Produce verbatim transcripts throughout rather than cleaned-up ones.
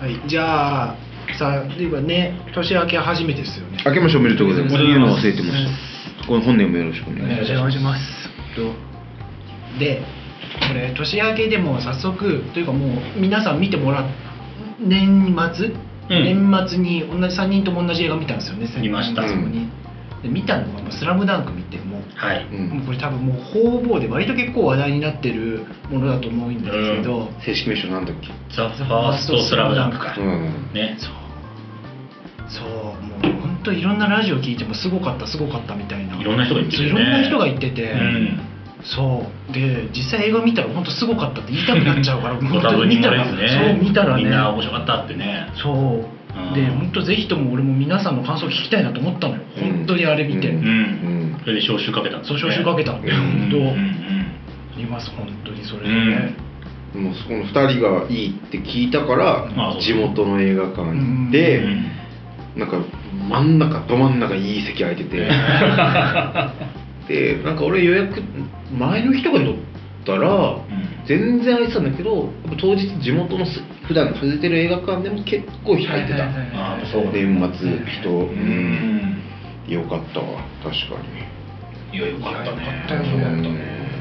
はい、じゃあさあ今ね年明け初めてですよね。 明けましておめでとうございます。言うの忘れてました。この本年もよろしくお願いします。 お願いします。でこれ年明けでも早速というかもう皆さん見てもらっ年末、うん、年末に同じさんにんとも同じ映画見たんですよね。 見ました。 そこにで見たのがもうスラムダンク見てもう、 はい、 もうこれ多分もう方々で割と結構話題になってるものだと思うんですけど、うん、 正式名称なんだっけ？ ザ・ファーストスラムダンクか、 うん、 ね、 そうそうもう本当いろんなラジオ聞いてもすごかったすごかったみたいな、 いろんな人が言ってるね。 いろんな人が言ってて、 うん、 そうで実際映画見たら本当すごかったって言いたくなっちゃうから本当に見たらね、 そう見たらねみんな面白かったってね。 そうで本当ぜひとも俺も皆さんの感想聞きたいなと思ったのよ、うん、本当にあれ見て、うんうん、 それで招集かけたんですね。そう招集かけたんで、うん、本当、うんうん、あります本当にそれでね、 うん、もうそこのふたりがいいって聞いたから、うん、地元の映画館に行って、うん、なんか真ん中ど真ん中いい席空いててでなんか俺予約前の日とかに取ったら、うん、全然空いてたんだけど当日地元の普段外てる映画館でも結構人入ってた。 あそう年末人、うん、よかったわ確かに。いやよかったね。 よかったよかったね。だからもう本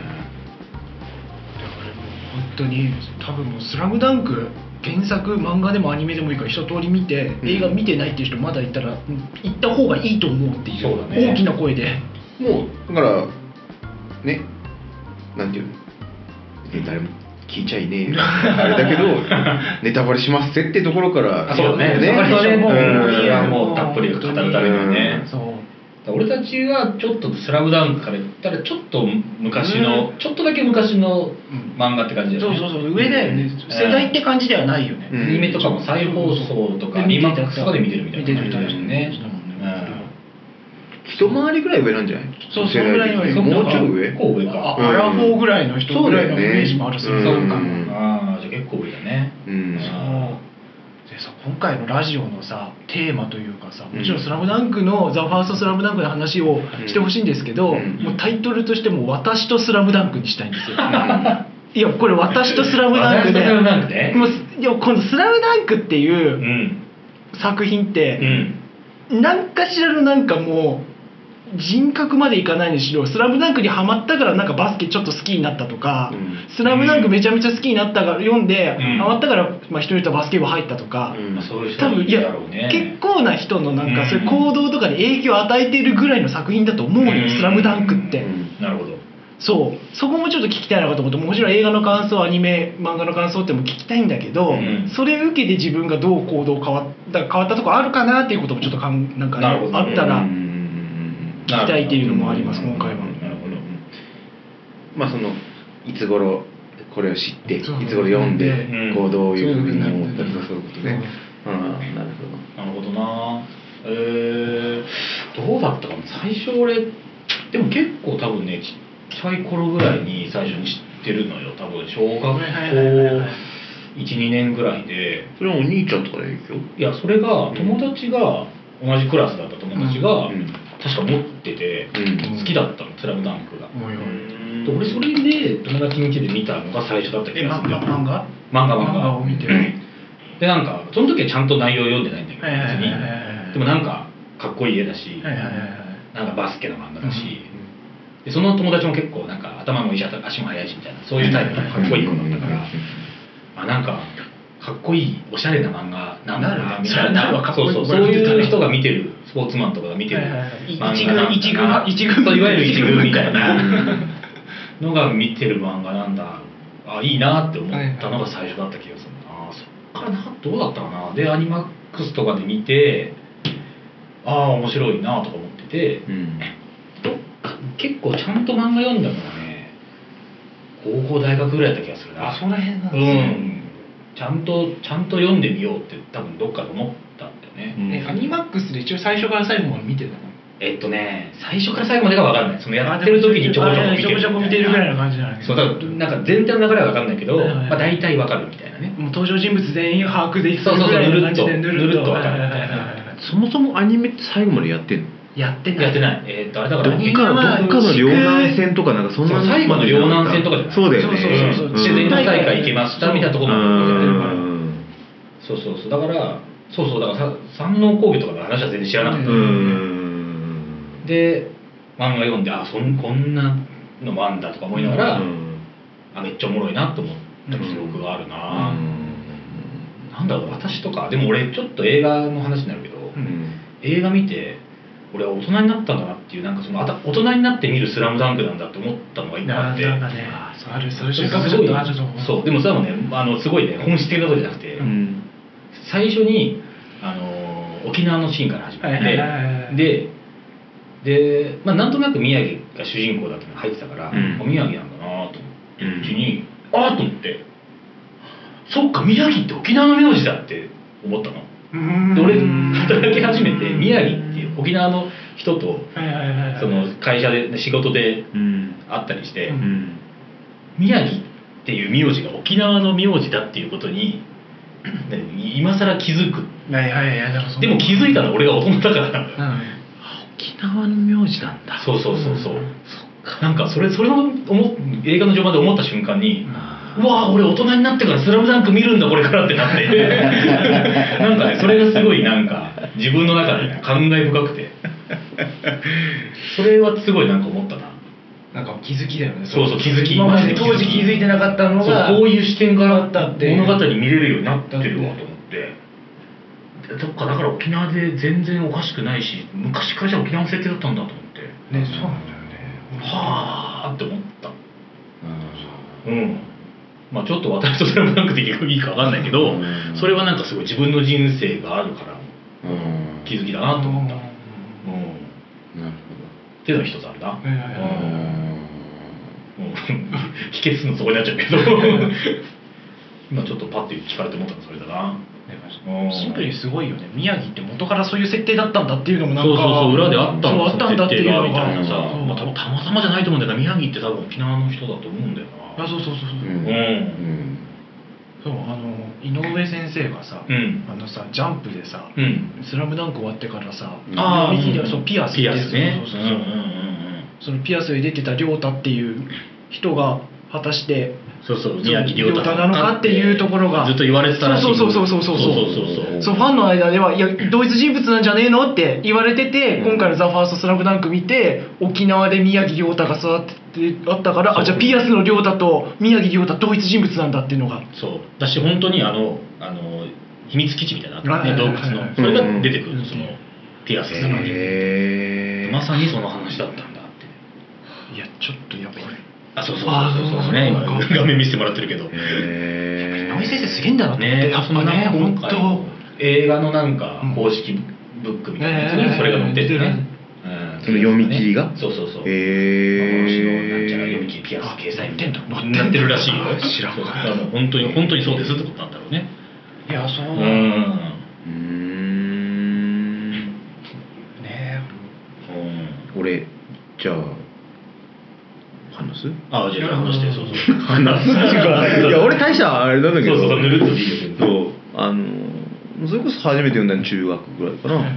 当に多分もうスラムダンク原作漫画でもアニメでもいいから一通り見て、うん、映画見てないっていう人まだいたら行った方がいいと思うっていう、そうだね、大きな声でもうだからねなんていうの誰も聞いちゃいねえあれだけどネタバレしますぜってところからそうねネタバレもうもうたっぷり語るためにね。そう俺たちはちょっとスラムダンクから言ったらちょっと昔の、うん、ちょっとだけ昔の漫画って感じだよね。 そうそうそう上だよね、うん、世代って感じではないよね。 アニメとかも再放送とかアニマックスとかで見てるみたいな感じだよね。 一回りぐらい上なんじゃない？ そうそのぐらいの上。 もうちょい上？ 結構上か。 アラフォーぐらいの人ぐらいのイメージもある。そうか。 ああじゃあ結構上だね。 うん。そうでさ今回のラジオのさテーマというかさもちろん「スラムダンクの「ザ・ファーストスラムダンクの話をしてほしいんですけど、もうタイトルとしても「私とスラムダンクにしたいんですよ。いやこれ私とスラムダンクでもういやこの「スラムダンクっていう作品って、うん、何かしらのなんかもう人格までいかないにしろ「スラムダンクにハマったからなんかバスケちょっと好きになったとか「うん、スラムダンクめちゃめちゃ好きになったから読んで、うん、ハマったから、まあ、一人とバスケ部入ったとか、うん、多分いや結構な人のなんかそういう行動とかに影響を与えているぐらいの作品だと思うのよ「スラムダンクって。 うん、なるほど。 そうそこもちょっと聞きたいなと思ってもちろん映画の感想アニメ漫画の感想っても聞きたいんだけど、うん、それを受けて自分がどう行動変わった変わったとこあるかなっていうこともちょっとかんなんか、ね、あったら聞きたいっていうのもあります今回は。 なるほど。 まあそのいつ頃これを知っていつ頃読んで行動をいうふうに思ったりとかそういうことね。ああなるほどなるほどな。えー、どうだったかな最初俺でも結構多分ねちっちゃい頃ぐらいに最初に知ってるのよ多分小学校いちにねんぐらいで。 それはお兄ちゃんとかで影響？ いやそれが友達が同じクラスだった友達が、うんうん確か持ってて、うん、好きだったの「スラムダンクが、うん、で俺それで友達に家で見たのが最初だった気がする。 漫画漫画漫画を見てでなんかその時はちゃんと内容読んでないんだけど別にでもなんかかっこいい絵だしなんかバスケの漫画だし、うん、でその友達も結構なんか頭もいいし足も速いしみたいなそういうタイプのかっこいい子だったからあなんかかっこいいおしゃれな漫画なんだなみたいなそうそうそういう人が見てるスポーツマンとかが見てる漫画なんだな一軍一軍といわゆる一軍みたいなのが見てる漫画なんだあいいなって思ったのが最初だった気がするな。そっからなどうだったかなでアニマックスとかで見てああ面白いなとか思ってて、うん、どっか結構ちゃんと漫画読んだのがね高校大学ぐらいだった気がするな。 あその辺なんですね、うんちゃんとちゃんと読んでみようって多分どっかで思ったんだよね、 うん、えアニマックスで一応最初から最後まで見てたの？ えっとね最初から最後までが分かんないそのやってる時にちょこちょこ見てるちょこちょこ見てるぐらいの感じなんだけどそうだなんか全体の流れは分かんないけど、はいはいはいまあ、大体分かるみたいなねもう登場人物全員把握できるぐらいの感じでぬるっと分かるみたいな。 そもそもアニメって最後までやってんの？ やってないやってないえー、っとあれだからどっかのどっかの両南戦とかなんかそんな最後の両南戦とかじゃないそうだよねそうそうそうそう全国大会行けましたみたいなところまでやってるからそうそうそうだからそうそうだからさ山王工業とかの話は全然知らなかった、 うーんで漫画読んであそんこんなのもあんだとか思いながら、うん、あめっちゃおもろいなと思った記憶があるな、うん、なんだろう私とかでも俺ちょっと映画の話になるけど、うん、映画見て俺は大人になったんだなっていうなんかそのあた大人になって見るスラムダンクなんだって思ったのが一個あって、 なんかねあるそういう瞬間ちょっとあると思う。 そうでもそれもねあのすごいね本質的なことじゃなくて、うん、最初にあの沖縄のシーンから始まって、でで、まあ、なんとなく宮城が主人公だってのが入ってたから、うん、宮城なんだなと思ってるうちに、うん、ああと思ってそっか宮城って沖縄の名字だって思ったの。で俺働き始めて宮城っていう沖縄の人とその会社で仕事で会ったりして、うん、宮城っていう名字が沖縄の名字だっていうことに今更気づく。でも気づいたのは俺が大人だから、うん、 沖縄の名字なんだ。 そうそうそうそう、うん、なんかそれそれを思映画の序盤で思った瞬間に、うわー俺大人になってから「スラムダンク見るんだこれから」ってなってなんかねそれがすごいなんか自分の中で、ね、感慨深くてそれはすごいなんか思ったな。 なんか気づきだよね。 そうそう気づき。 今まで当時気づいてなかったのがこういう視点から物語見れるようになってるわと思って。どっかだから沖縄で全然おかしくないし昔からじゃ沖縄の設定だったんだと思ってね。そうなんだよね。 はあって思った。うん、うん、まあちょっと私とスラムダンクでいいか分かんないけど、うん、それはなんかすごい自分の人生があるから、うん、気づきだなと思った。うん、うん、なるほどっていうのが一つあるな。秘訣のそこになっちゃうけど今ちょっとパッて聞かれて思ったのそれだな。 シンプルにすごいよね。宮城って元からそういう設定だったんだっていうのもなんかそうそうそう裏であったんだそうあったんだっていうのがみたいなさ、まあ、たまたまじゃないと思うんだけど宮城って多分沖縄の人だと思うんだよな。 あそうそうそうそう、うんうん、そうあの井上先生がさ、うん、あのさジャンプでさ、うん、スラムダンク終わってからさ、うん、あ右にはそうピアスってピアスね。 そうそうそう、うんうんうん、そのピアスで出てた亮太っていう人が果たしてそうそう宮城亮太なのかっていうところがずっと言われてたらしい。 そうそうそうそうそうそうそうファンの間ではいや同一人物なんじゃねえのって言われてて、うん、今回の「ザ・ファーストスラムダンク見て沖縄で宮城亮太が育っててあったからあじゃあピアスの亮太と宮城亮太同一人物なんだっていうのがそうだし本当にあのあの秘密基地みたいな、ね、洞窟のそれが出てくる、うん、そのピアスなのにまさにその話だったんだって。 いやちょっとやばいあそうそうそうそうそうね今画面見せてもらってるけど井上先生すげえんだなってね。やっぱね本当映画のなんか公式ブックみたいなやつにそれが載っててね、 その読み切りがそうそうそう幻のなんちゃら読み切りピアス掲載みたいななってるらしいよ。 知らんかった。 本当に本当にそうですってことなんだろうね。 いやそううんうんねえ俺じゃあ話す？ ああじゃあ話してそうそう話すいや俺大したあれなんだけどそうそうぬるっとでいいけどあのそれこそ初めて読んだの中学ぐらいかな、うん、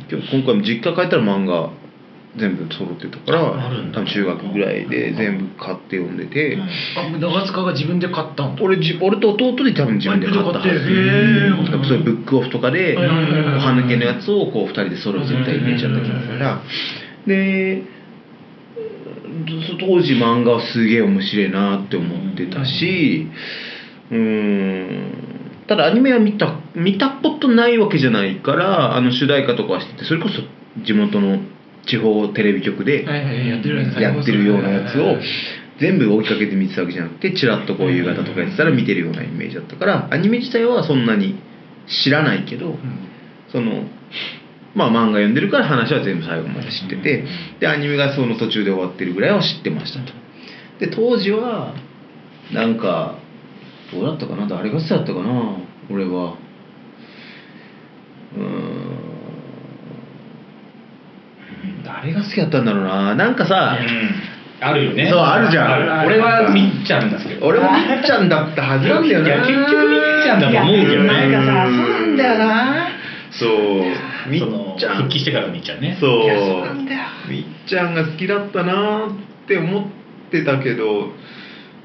今日今回も実家帰ったら漫画全部揃ってたから多分中学ぐらいで全部買って読んでて、うん、 あ長塚が自分で買ったんだ。 俺じ俺と弟で多分自分で買ったはず。へえ。そういうブックオフとかでおは抜けのやつをこうふたりで揃えてたイメージだった気がするからで当時漫画はすげえ面白いなって思ってたし、うーんただアニメは見た見たことないわけじゃないからあの主題歌とかはしててそれこそ地元の地方テレビ局でやってるようなやつを全部追いかけて見てたわけじゃなくてチラッとこう夕方とかやってたら見てるようなイメージだったからアニメ自体はそんなに知らないけどそのまあ漫画読んでるから話は全部最後まで知っててでアニメがその途中で終わってるぐらいは知ってましたと。で当時はなんかどうだったかな誰が好きだったかな俺はうーん誰が好きだったんだろうななんかさ、うん、 あるよねそうあるじゃん俺はみっちゃんですけど俺もみっちゃんだったはずなんだよな。 いや結局みっちゃんだと思うけどね。 なんかさそうなんだよな。 そうみっちゃん復帰してからみっちゃんね。 そうそうなんだよみっちゃんが好きだったなって思ってたけどう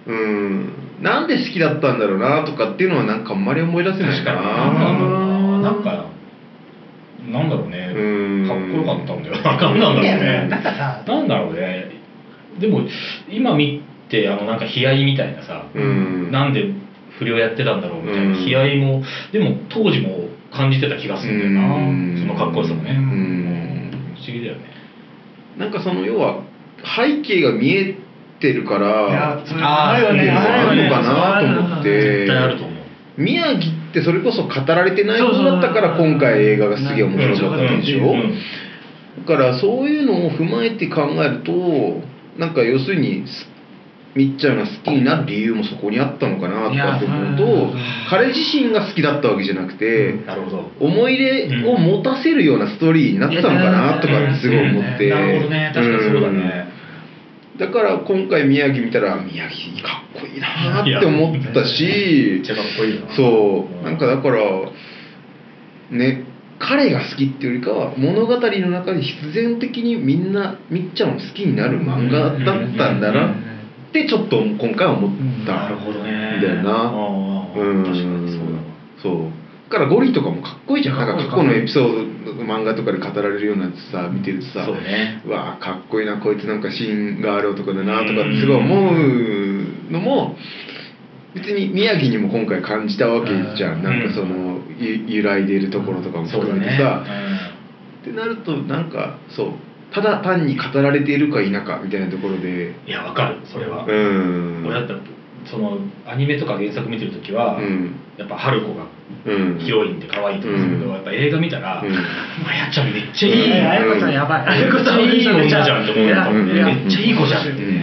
うんなんで好きだったんだろうなとかっていうのはなんかあんまり思い出せないかな。 なんだろうな、なんかなんだろうね、 うんかっこよかったんだよな。なんだろうね、 なんかさ、 なんだろうね。でも今見てあのなんか悲哀みたいなさ、 うんなんで不良やってたんだろうみたいな悲哀も、でも当時も感じてた気がするんだよな、 うんそのかっこよさもね。 うんうん不思議だよね。 なんかその要は背景が見えてるからいやそれあーあるよね、 あるのかなと思っあるて絶対あると思う。 宮城ってそれこそ語られてないものだったから今回映画がすげえ面白かったんでしょ。 うんうんだからそういうのを踏まえて考えるとなんか要するにみっちゃんが好きになる理由もそこにあったのかなとかって思うと、 いやうん彼自身が好きだったわけじゃなくて、 なるほど。 思い入れを持たせるようなストーリーになってたのかなとかってすごい思って、 なるほどね、確かにそうだね。 だから今回宮城見たら宮城かっこいいなって思ったし、 めっちゃかっこいいよな。 そうなんかだからね彼が好きっていうよりかは物語の中で必然的にみんなみっちゃんを好きになる漫画だったんだなってちょっと今回は思ったなるほどね。 んだよな。 ああうん確かにそうだわ。 そうだからゴリとかもかっこいいじゃん。なんか過去のエピソード漫画とかで語られるようなやつさ見てるとさ、 そうね。 うわかっこいいなこいつなんか芯がある男だなとかってすごい思うのも別に宮城にも今回感じたわけじゃん。なんかそのゆ揺らいでいるところとかも含めてさ、ってなるとなんかそうただ単に語られているか否かみたいなところで、 いやわかるそれは。 うん俺だったらそのアニメとか原作見てるときは、 うんやっぱ春子がうんヒロインって可愛いと思うんですけど、 うんやっぱ映画見たら、 うんまやちゃんめっちゃいい、 あやこさんやばい、あやこめっちさんゃいい女じゃんって思ったもんね。 いやめっちゃいい子じゃんってうんうんね、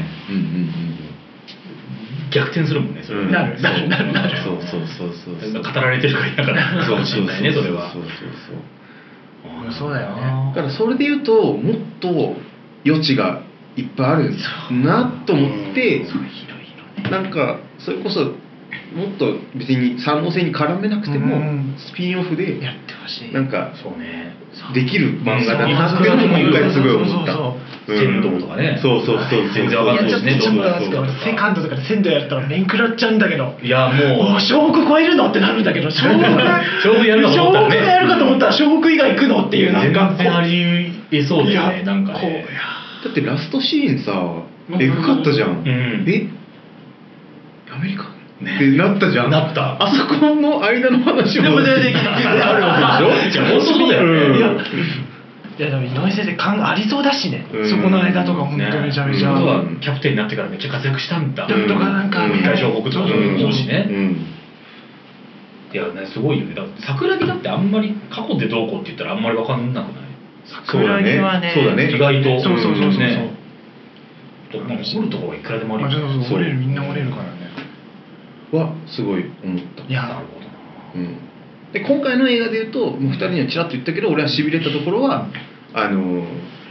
逆転するもんねそれ、 うんなるなるなるなるそうそうそうそうそう語られてるか否かかもしれないねそれは。 そうそうそうそうだよね。 だからそれで言うともっと余地がいっぱいあるなと思ってそう広いのね。 なんかそれこそもっと別に三能線に絡めなくてもうんスピンオフでやってほしい。 なんかそうね。 できる漫画だなっていうのも今回すごい思った。 そうそうそう仙道とかね。 そうそうそうそう全然わかんないですね。 いやちょっとどうちょっと待ってセカンドとかで仙道やったら面食らっちゃうんだけど。 いやもうお勝負超えるのってなるんだけど、勝負勝負やるかと思ったらね。 勝負やるかと思ったら勝負以外行くのっていうなんか全然ありえそうだよね。なんかこういね。 やだってラストシーンさエグかったじゃん。 うんえアメリカってなったじゃん。 なった。 あそこの間の話もでもでであるわけでしょ。 いや本当そうだよね。 いやいやでも井上先生感ありそうだしね、 うんそこの間とか本当めちゃめちゃ、 ね、はキャプテンになってからめっちゃ活躍したんだ。 うんとかなんかうん大小国とか思うしね。 うんいやねすごいよね。だって桜木だってあんまり過去でどうこうって言ったらあんまり分かんなくない。 桜木はねそうだね意外とそうそうそうそう、 ね。なんか掘るところはいくらでもあるあよね。 そうそう折れるみんな折れるからね。 はすごい思った。 いやなるほどな。 うんで今回の映画で言うともうふたりにはちらっと言ったけど俺はしびれたところはあのー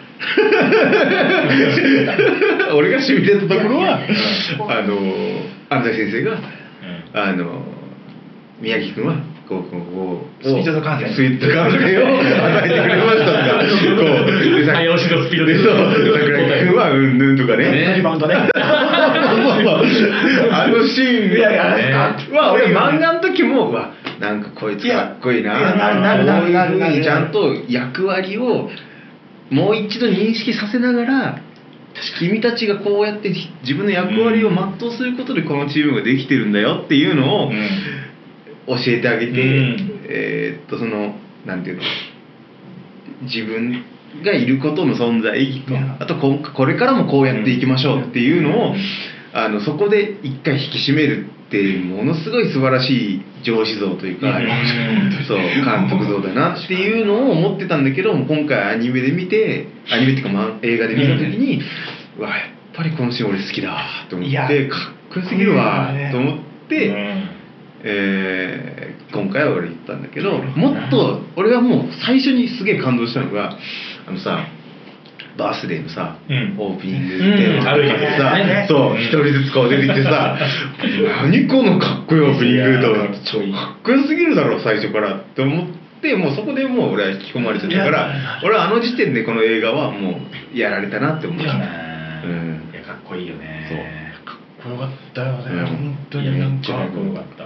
俺がしびれたところはあのー安西先生があのー宮城君はこうこうこうスピードと感性スピードと感性を与えてくれましたとかこうでさ早押しのスピードででそう桜木君はうんぬんとかねねリバウンドね。 あのシーンいやいやねは俺漫画の時もうわなんかこいつかっこいいないやいやなるなるなるなるこういうふうにちゃんと役割をもう一度認識させながら君たちがこうやって自分の役割を全うすることでこのチームができてるんだよっていうのを教えてあげて、 うんえーっとそのなんていうの自分がいることの存在意義とうんあとここれからもこうやっていきましょうっていうのを、 うんあのそこで一回引き締めるってものすごい素晴らしい上司像というか、 うんそう監督像だなっていうのを思ってたんだけども今回アニメで見てアニメっていうか、ま、映画で見た時に、うわやっぱりこのシーン俺好きだと思っいやてかっこよすぎるわうんと思って、えー今回は俺言ったんだけどもっと俺はもう最初にすげえ感動したのがあのさバースデーのさ、 うんオープニングでうん歩いててさ、 ねそう一人ずつこう出てきてさ何このかっこいいオープニングと思ってちょいかっこよすぎるだろ最初からって思ってもうそこでもう俺は引き込まれちゃったかいらや俺はあの時点でこの映画はもうやられたなって思っいやた。 うんうんいやかっこいいよね。 そうかっこよかったよね、 うん、 本当になんかかっこよかった。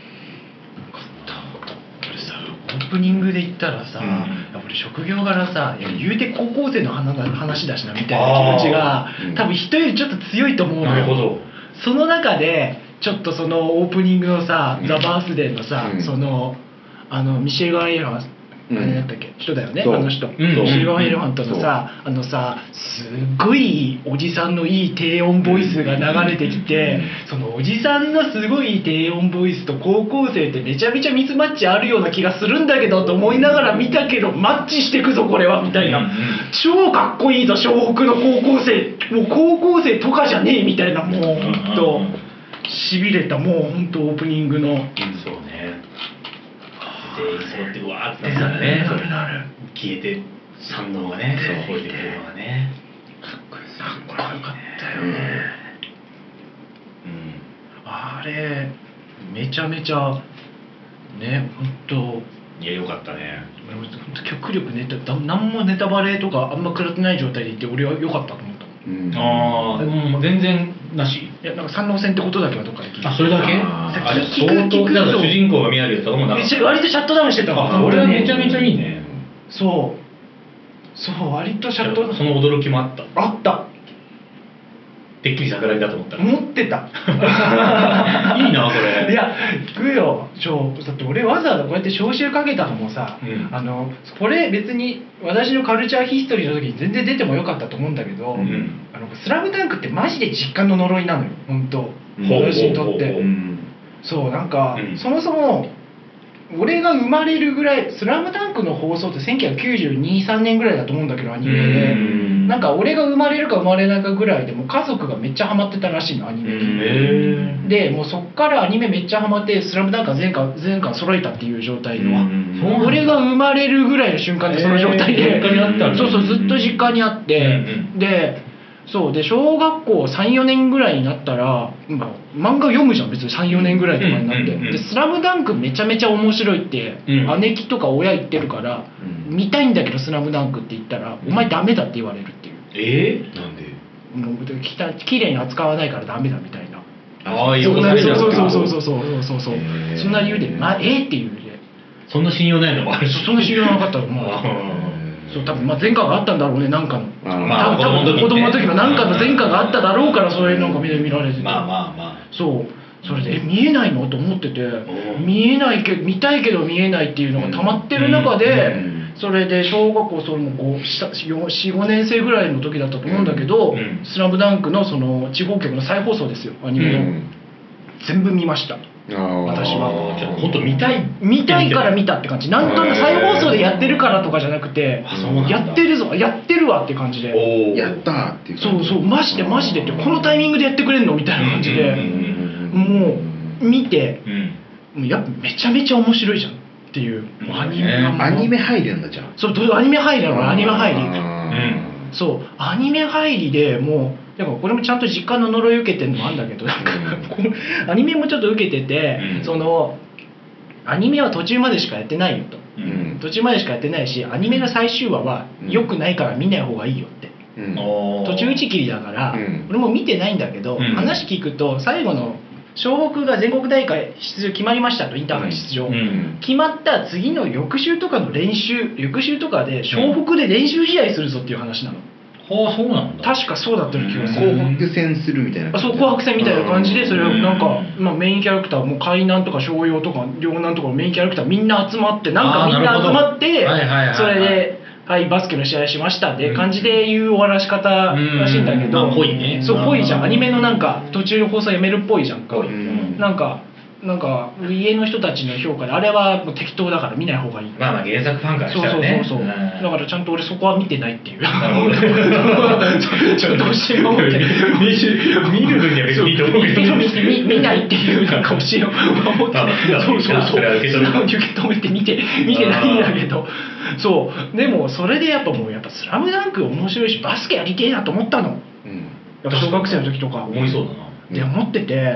俺さオープニングで言ったらさ、うん、やっぱり職業柄さ、いや言うて高校生の話だしなみたいな気持ちが、うん、多分人よりちょっと強いと思うのよ。 なるほど。 その中でちょっとそのオープニングのさ、うん、ザ・バースデーのさ、うん、そのあのミシェル・ガン・エレファント、あれだったっけ、人だよね、あの人、うん、ミシェル・ガン・エレファントのさ、あのさすっごいおじさんのいい低音ボイスが流れてきて、そのおじさんのすごい低音ボイスと高校生ってめちゃめちゃミスマッチあるような気がするんだけどと思いながら見たけど、マッチしてくぞこれはみたいな、超かっこいいぞ湘北の高校生、もう高校生とかじゃねえみたいな、もうほんとしびれた、もうほんとオープニングの、 そうね、全員揃ってうわーってなったらね、 なるなる消えて山王がね、そう降りてくるのがね、 かっこよかったよね、うん、あれめちゃめちゃね、本当いやよかったね。 本当極力ネタ何もネタバレとかあんま食らってない状態でいって俺は良かったと思った。 うん、ああ、でも全然なし。 いや、なんか三能線ってことだけはどっかで聞いて。 あ、それだけ？あれ相当だから主人公が見られるやつとかもなかった。 割とシャットダウンしてたから。 俺はめちゃめちゃいいね。 そうそう割とシャットダウン。 その驚きもあった。 あった。 てっきり桜木だと思ったら。 思ってた。 いいなこれ。 いや聞くよ。だって俺わざわざこうやって招集かけたのもさ、うん、あのこれ別に私のカルチャーヒストリーの時に全然出てもよかったと思うんだけど、うん、あのスラムダンクってマジで実感の呪いなのよ本当。私にとって。うん、そうなんか、うん、そもそも俺が生まれるぐらい、スラムダンクの放送ってせんきゅうひゃくきゅうじゅうに、さんねんぐらいだと思うんだけどアニメで、なんか俺が生まれるか生まれないかぐらいでもう家族がめっちゃハマってたらしいのアニメに。でもうそっからアニメめっちゃハマってスラムダンクは全巻全巻揃えたっていう状態の、俺が生まれるぐらいの瞬間でその状態で、そうそうずっと実家にあって、でそうで小学校さん、よねんぐらいになったら、まあ、漫画読むじゃん別にさん、よねんぐらいとかになって、うんうんうん、でスラムダンクめちゃめちゃ面白いって、うん、姉貴とか親言ってるから、うん、見たいんだけどスラムダンクって言ったら、うん、お前ダメだって言われるっていう。 えー、なんで？ もうきたきれいに扱わないからダメだみたいな。 ああいうことないじゃん。そうそうそうそうそうそうそう、えー、そんな理由で、まあ、えー、っていう理由でそんな信用ないのもあるし、 そんな信用なかったらまあそう多分まあ前科があったんだろうね、なんかの、 まあ、 多分子供の時のなんかの前科があっただろうから、そういうなんか見られてて、 まあまあまあそうそれでえ見えないのと思ってて、見えないけど見たいけど見えないっていうのが溜まってる中で、それで小学校そのよん、ごねん生ぐらいの時だったと思うんだけど「スラムダンクのその地方局の再放送ですよ、アニメの、全部見ました。私は本当見たい見たいから見たって感じ。なんとなく再放送でやってるからとかじゃなくて、やってるぞやってるわって感じで、 やったっていうそうそうマジでマジでってこのタイミングでやってくれんのみたいな感じで、もう見て、もうやっぱめちゃめちゃ面白いじゃんっていう、アニメアニメ入りなんだじゃん。 そうアニメ入りなの、アニメ入り、そうアニメ入りでもうでもこれもちゃんと実家の呪い受けてるのもあるんだけど、なんかアニメもちょっと受けてて、うん、そのアニメは途中までしかやってないよと、うん、途中までしかやってないし、アニメの最終話は良くないから見ない方がいいよって、うん、途中打ち切りだから、うん、俺も見てないんだけど、うん、話聞くと最後の湘北が全国大会出場決まりましたと、インターハイ出場、うん、決まった次の翌週とかの練習翌週とかで湘北で練習試合するぞっていう話なの。 はあ、そうなんだ。 確かそうだった気がする。紅白戦するみたいな。 あ、そう紅白戦みたいな感じで、それをなんか、まあ、メインキャラクターもう海南とか商用とか両南とかのメインキャラクターみんな集まって、なんかみんな集まって、それではいバスケの試合しましたって感じでいう終わらし方らしいんだけど、 ぽいね。 そうぽいじゃん。アニメのなんか途中放送やめるっぽいじゃんか。なんか。なんか家の人たちの評価であれはもう適当だから見ない方がいい。 まあまあ原作ファンからしたらね。 そうそうそうそう。だからちゃんと俺そこは見てないっていう。なるほど。ちょっとどうしても思って見る分には別にいいと思うけど。 見見ないっていうなんか教えを守って。そうそうそう。受け止めて見て見てないんだけど。そうでもそれでやっぱもうやっぱスラムダンク面白いしバスケやりてえなと思ったの。やっぱ小学生の時とか。 思いそうだな。 で思ってて。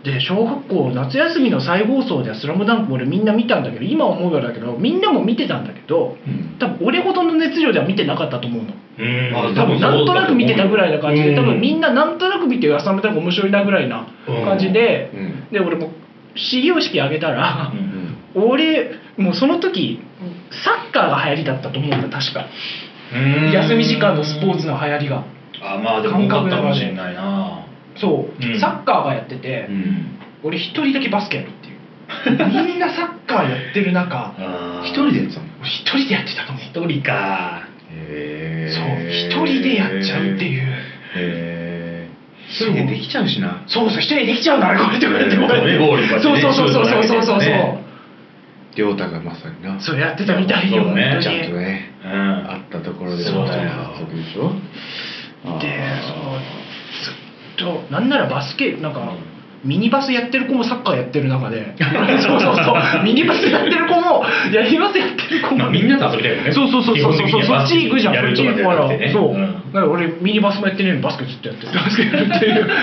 で小学校夏休みの再放送では「スラムダンク俺みんな見たんだけど、今思うようだけどみんなも見てたんだけど、うん、多分俺ほどの熱量では見てなかったと思うの。うん多分なんとなく見てたぐらいな感じで、うん、多分みんななんとなく見て「スラムダンク面白いな」ぐらいな感じで、うん、で俺も始業式あげたら、うん、俺もうその時サッカーが流行りだったと思うんだ確か。休み時間のスポーツの流行りがあまあでも多かったかもしれないな。 そう、うん、サッカーがやってて、うん、俺一人だけバスケやるっていうみんなサッカーやってる中一人でやってたの？ 一人でやってたと思う。 一人かへえそう一人でやっちゃうっていうへえ一人でできちゃうしな。 そうそう一人でできちゃうんだあれこれってこうやってこうやってそうそうそうそうそうそうそう亮太がまさになそうやってたみたいよねちゃんとね、うん、あったところでそうだよでしょでそうとなんならバスケなんかミニバスやってる子もサッカーやってる中でそうそうそうミニバスやってる子もやりバスやってる子もみんなと遊びたいよね。 そうそうそうそうそうそっち行くじゃん。そっち行くから、 ね、 そう、うん、だから俺ミニバスもやってねえのバスケずっとやってるバスケやるっていう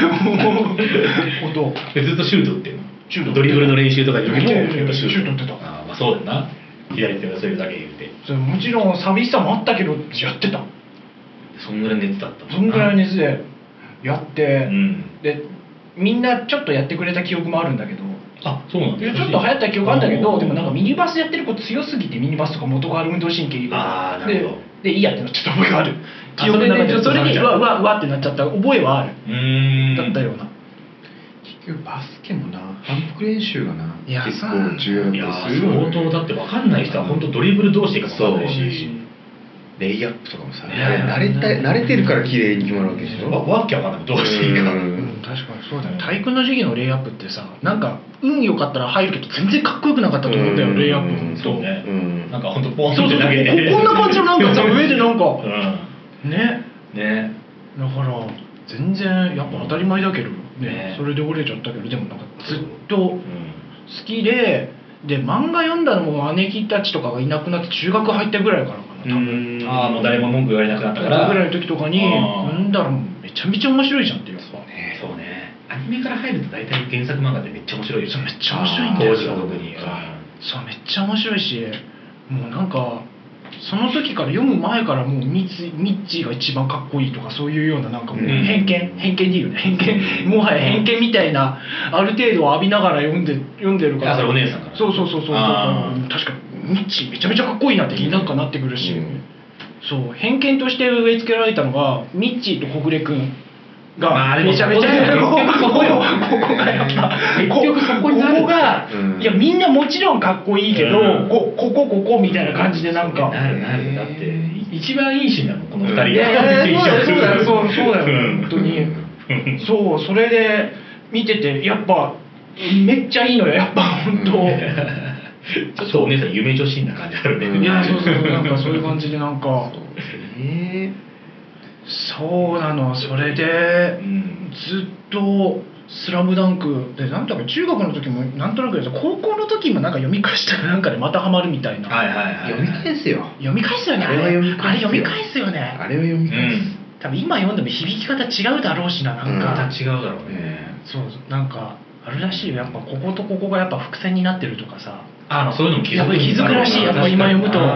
ことずっとシュート打ってるの。 シュートドリブルの練習とかよりもシュートシュート打ってた。 あまあそうだよな左手がそういうだけ言うてそれもちろん寂しさもあったけどやってた。 そんぐらい熱だったもんな。 そんぐらい熱でやって、うん、でみんなちょっとやってくれた記憶もあるんだけどあそうなんだちょっと流行った記憶あるんだけどでもなんかミニバスやってる子強すぎてミニバスとか元がある運動神経いいからあなるほどででいいやってなっちゃった覚えがある記憶の中でそれにうわうわうわってなっちゃった覚えはあるうんだったような。 結局バスケもな反復練習がな結構重要だったりするよね。相当だって分かんない人は本当ドリブルどうしていいか分かんないしレイアップとかもさ、ね、慣れた慣れてるから綺麗に決まるわけでしょ。 わけわかんないどうしていいか。 うん確かにそうだよ。体育の授業のレイアップってさなんか運良かったら入るけど全然かっこよくなかったと思うんだよレイアップ。 そうね。なんか本当ポンって投げてこんな感じのなんかさ上でなんかねねだから全然やっぱ当たり前だけどねそれで折れちゃったけどでもなんかずっと好きでで漫画読んだのも姉貴たちとかがいなくなって中学入ったぐらいからかな多分。 ああもう誰も文句言われなくなったからぐらいの時とかになんだろうめちゃめちゃ面白いじゃんっていうかねそうねアニメから入ると大体原作漫画ってめっちゃ面白いよね。 めっちゃ面白いんだよ当時は特にそうめっちゃ面白いしもうなんかその時から読む前からもうミッミッチーが一番かっこいいとかそういうようななんかもう偏見、うん、偏見でいいよね偏見もはや偏見みたいなある程度浴びながら読んで読んでるから。 あそれお姉さんからそうそうそうそう確かにミッチーめちゃめちゃかっこいいなってなんかなってくるし、うん、そう偏見として植え付けられたのがミッチーと小暮君がめちゃめちゃここがやっぱ結局そこになるがいやみんなもちろんかっこいいけどここここみたいな感じでなんかなるなるだって一番いいシーンだもんこのふたりがそうだよそうそうだよ本当にそうそれで見ててやっぱめっちゃいいのよやっぱ本当ちょっとお姉さん夢女子な感じあるね。 いやそうそうなんかそういう感じでなんかえそうなのそれで、うん、ずっと「スラムダンクでなんだか中学の時もなんとなくやつ高校の時もなんか読み返したらなんかでまたハマるみたいな。 はいはいはい、 読み返すよ読み返すよねあれは読み返すよあれ読み返すよねあれは読み返す、うん、 多分今読んでも響き方違うだろうしななんか、うん、 また違うだろうね。 そうなんかあるらしいよやっぱこことここがやっぱ伏線になってるとかさあそういうのも気づく気づくらしいやっぱ今読むと、うん、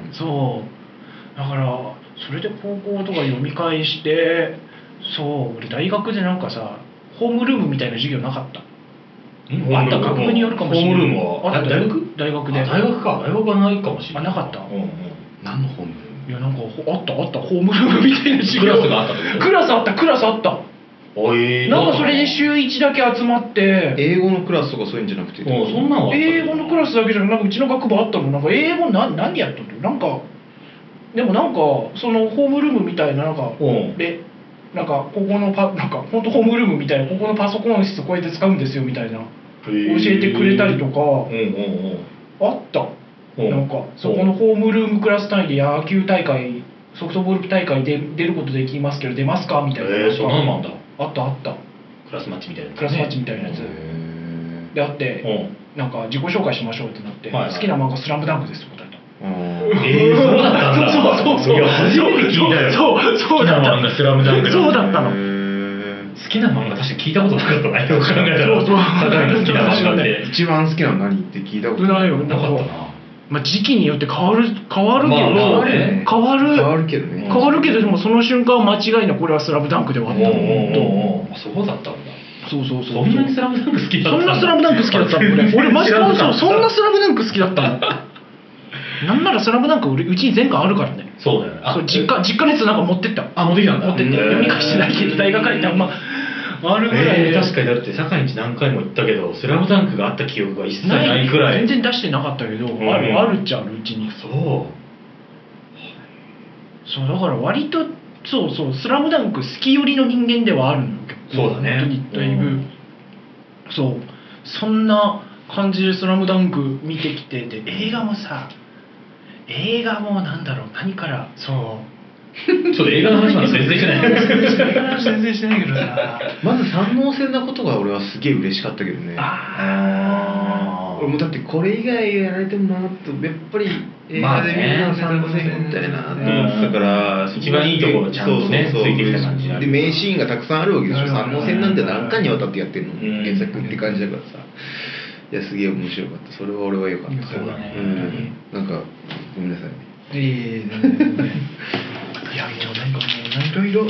そうだからそれで高校とか読み返してそう俺大学でなんかさホームルームみたいな授業なかった。あった学部によるかもしれない。 ホームルームはあった大学大学で大学か大学はないかもしれない。 あなかった、うんうん、 何のホームルーム。 いやなんかあったあったホームルームみたいな授業クラスがあったってこと。 クラスあったクラスあったえー、 なんかそれで週いちだけ集まって英語のクラスとかそういうんじゃなくてそんなの英語のクラスだけじゃなくうちの学部あったのなんか英語な何やったのなんかでもなんかそのホームルームみたいななんかでなんかここのパなんか本当ホームルームみたいなここのパソコン室こうやって使うんですよみたいな教えてくれたりとかあったなんかそこのホームルームクラス単位で野球大会ソフトボール大会で出ることできますけど出ますかみたいな。 えー、そんなのもあんだ。 あったあった。 クラスマッチみたいな、ね、 クラスマッチみたいなやつであって、なんか自己紹介しましょうってなって、はいはい、好きな漫画スラムダンクですって答えた。 えー、そうだったんだ。 そうそうそう。 いや初めて聞いたよ。 そうそうだった。 好きな漫画スラムダンク。 そうだったの。 好ききな漫画確か聞いたことなかったなよく考えたらそうそう酒井の好きな漫画って一番好きなの何って聞いたことないよなかったな。 まあ、時期によって変わる変わるけど、 まあまあね、 変わる変わるけどね変わるけどでもその瞬間は間違いなくこれはスラムダンクではあったおおそうだったんだ。 そうそうそう。 そんなにスラムダンク好きだったの？ そんなスラムダンク好きだったの俺俺マジでそうそんなスラムダンク好きだったのなんならスラムダンク俺うちに全巻あるからね。 そうだよね。 そう実家実家のやつなんか持ってった。 あ持ってきたんだ。 持ってって読み返してないけど大学入ってあんまあるぐらいで、 えー、確かにだって坂道何回も行ったけどスラムダンクがあった記憶が一切ないくらい。 全然出してなかったけど、うん、あるあるっちゃあるうちに。 そうそうだから割とそうそうスラムダンク好き寄りの人間ではあるのよ。 そうだね。 本当にだいぶ、うん、そうそんな感じでスラムダンク見てきてで映画もさ映画もなんだろう何からそうちょっと映画の話なんか全然してない映画の話全然してないけどさまず三能線なことが俺はすげえ嬉しかったけどね。ああ俺もだってこれ以外やられてもなとやっぱり映画で見るのは三能線みたいなと思ってたから、 一番いいところちゃんとねついてきた感じで名シーンがたくさんあるわけでしょ。三能線なんて何回にわたってやってるの原作って感じだからさいやすげえ面白かった。それは俺は良かった。 そうだね、 うん、なんかごめんなさいね。 いえいえいやもうなんかもういろいろい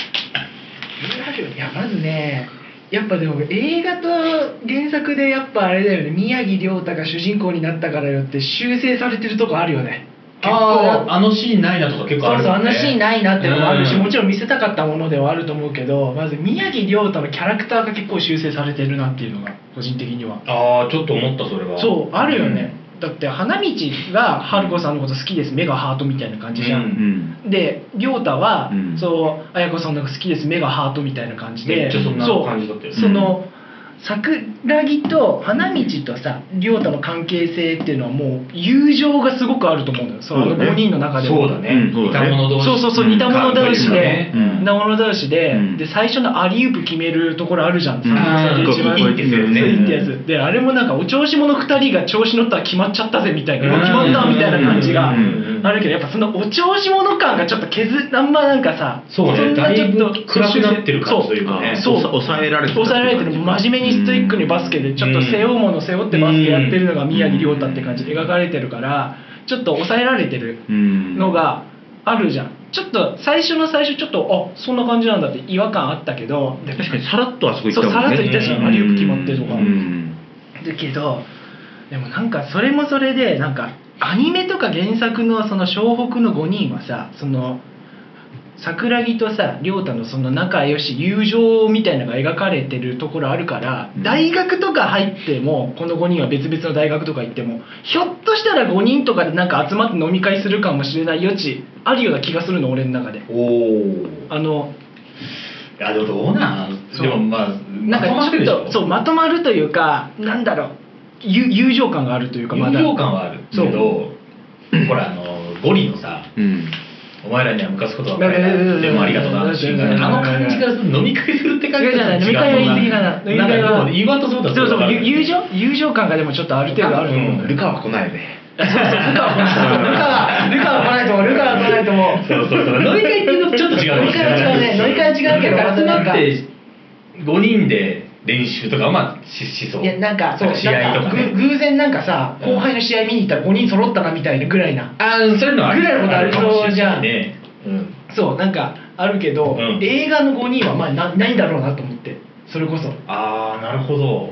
やまずねやっぱでも映画と原作でやっぱあれだよね宮城リョータが主人公になったからよって修正されてるとこあるよね。 結構あのシーンないなとか結構あるもんね。 そうそうあのシーンないなってのもあるし、もちろん見せたかったものではあると思うけどまず宮城リョータのキャラクターが結構修正されてるなっていうのが個人的にはああちょっと思ったそれはそうあるよね、うんだって花道が春子さんのこと好きです目がハートみたいな感じじゃん、うんうん、で亮太は、うん、そう綾子さんのこと好きです目がハートみたいな感じでめっちゃそんな感じだったよね。 その桜木と花道とさ亮太の関係性っていうのはもう友情がすごくあると思うんだよそのごにんの中でも。 そうだね似た者同士そうそうそう似た者同士で、 うん、 似た者同士で、うん、で最初のアリウープ決めるところあるじゃん、うん、 一番いいってやつね。 いいってやつであれもなんかお調子者ふたりが調子乗ったら決まっちゃったぜみたいな、うん、決まったみたいな感じがあるけどやっぱそのお調子者感がちょっと削あんまなんかさそうねそんなちょっと暗くなってる感じというかねそう抑えられてる抑えられてる真面目にストイックにバスケでちょっと背負うもの背負ってバスケやってるのが宮城リョータって感じで描かれてるからちょっと抑えられてるのがあるじゃん。ちょっと最初の最初ちょっとあそんな感じなんだって違和感あったけど確かにさらっとあそこ行ったもんね。 そうさらっと行ったじゃんアリウープ決まってとかだけどでもなんかそれもそれでなんかアニメとか原作のその湘北のごにんはさその桜木とさ亮太のその仲良し友情みたいなのが描かれてるところあるから、うん、大学とか入ってもこのごにんは別々の大学とか行ってもひょっとしたらごにんとかでなんか集まって飲み会するかもしれない余地あるような気がするの俺の中で。 おあのいやでもどうなんでもまあなんかちょっとそうまとまるというかなんだろう友情感があるというかまだ友情感はあるけどほらあのゴリのさ、うんお前らには向かすことはないなでもありがとうなあの感じから飲み会するって感じじゃない飲み会は言い過ぎかな飲み会は言わんとそうだそうそう友情友情感がでもちょっとある程度あると思うんだよ。 ルカは来ないよね。 そうそうルカはルカは来ないと思うルカは来ないと思う。 そうそうそう飲み会っていうのとちょっと違う。 飲み会は違うね飲み会は違うけど集まってごにんで練習とかはまあ し, しそういやなんかそう試合とか、ね、 偶然なんかさ後輩の試合見に行ったらごにん揃ったなみたいなぐらいなあそういうのはぐらいのことあるそうじゃんね、うん、 そうなんかあるけど、うん、映画のごにんはまあ な, ないんだろうなと思ってそれこそああなるほど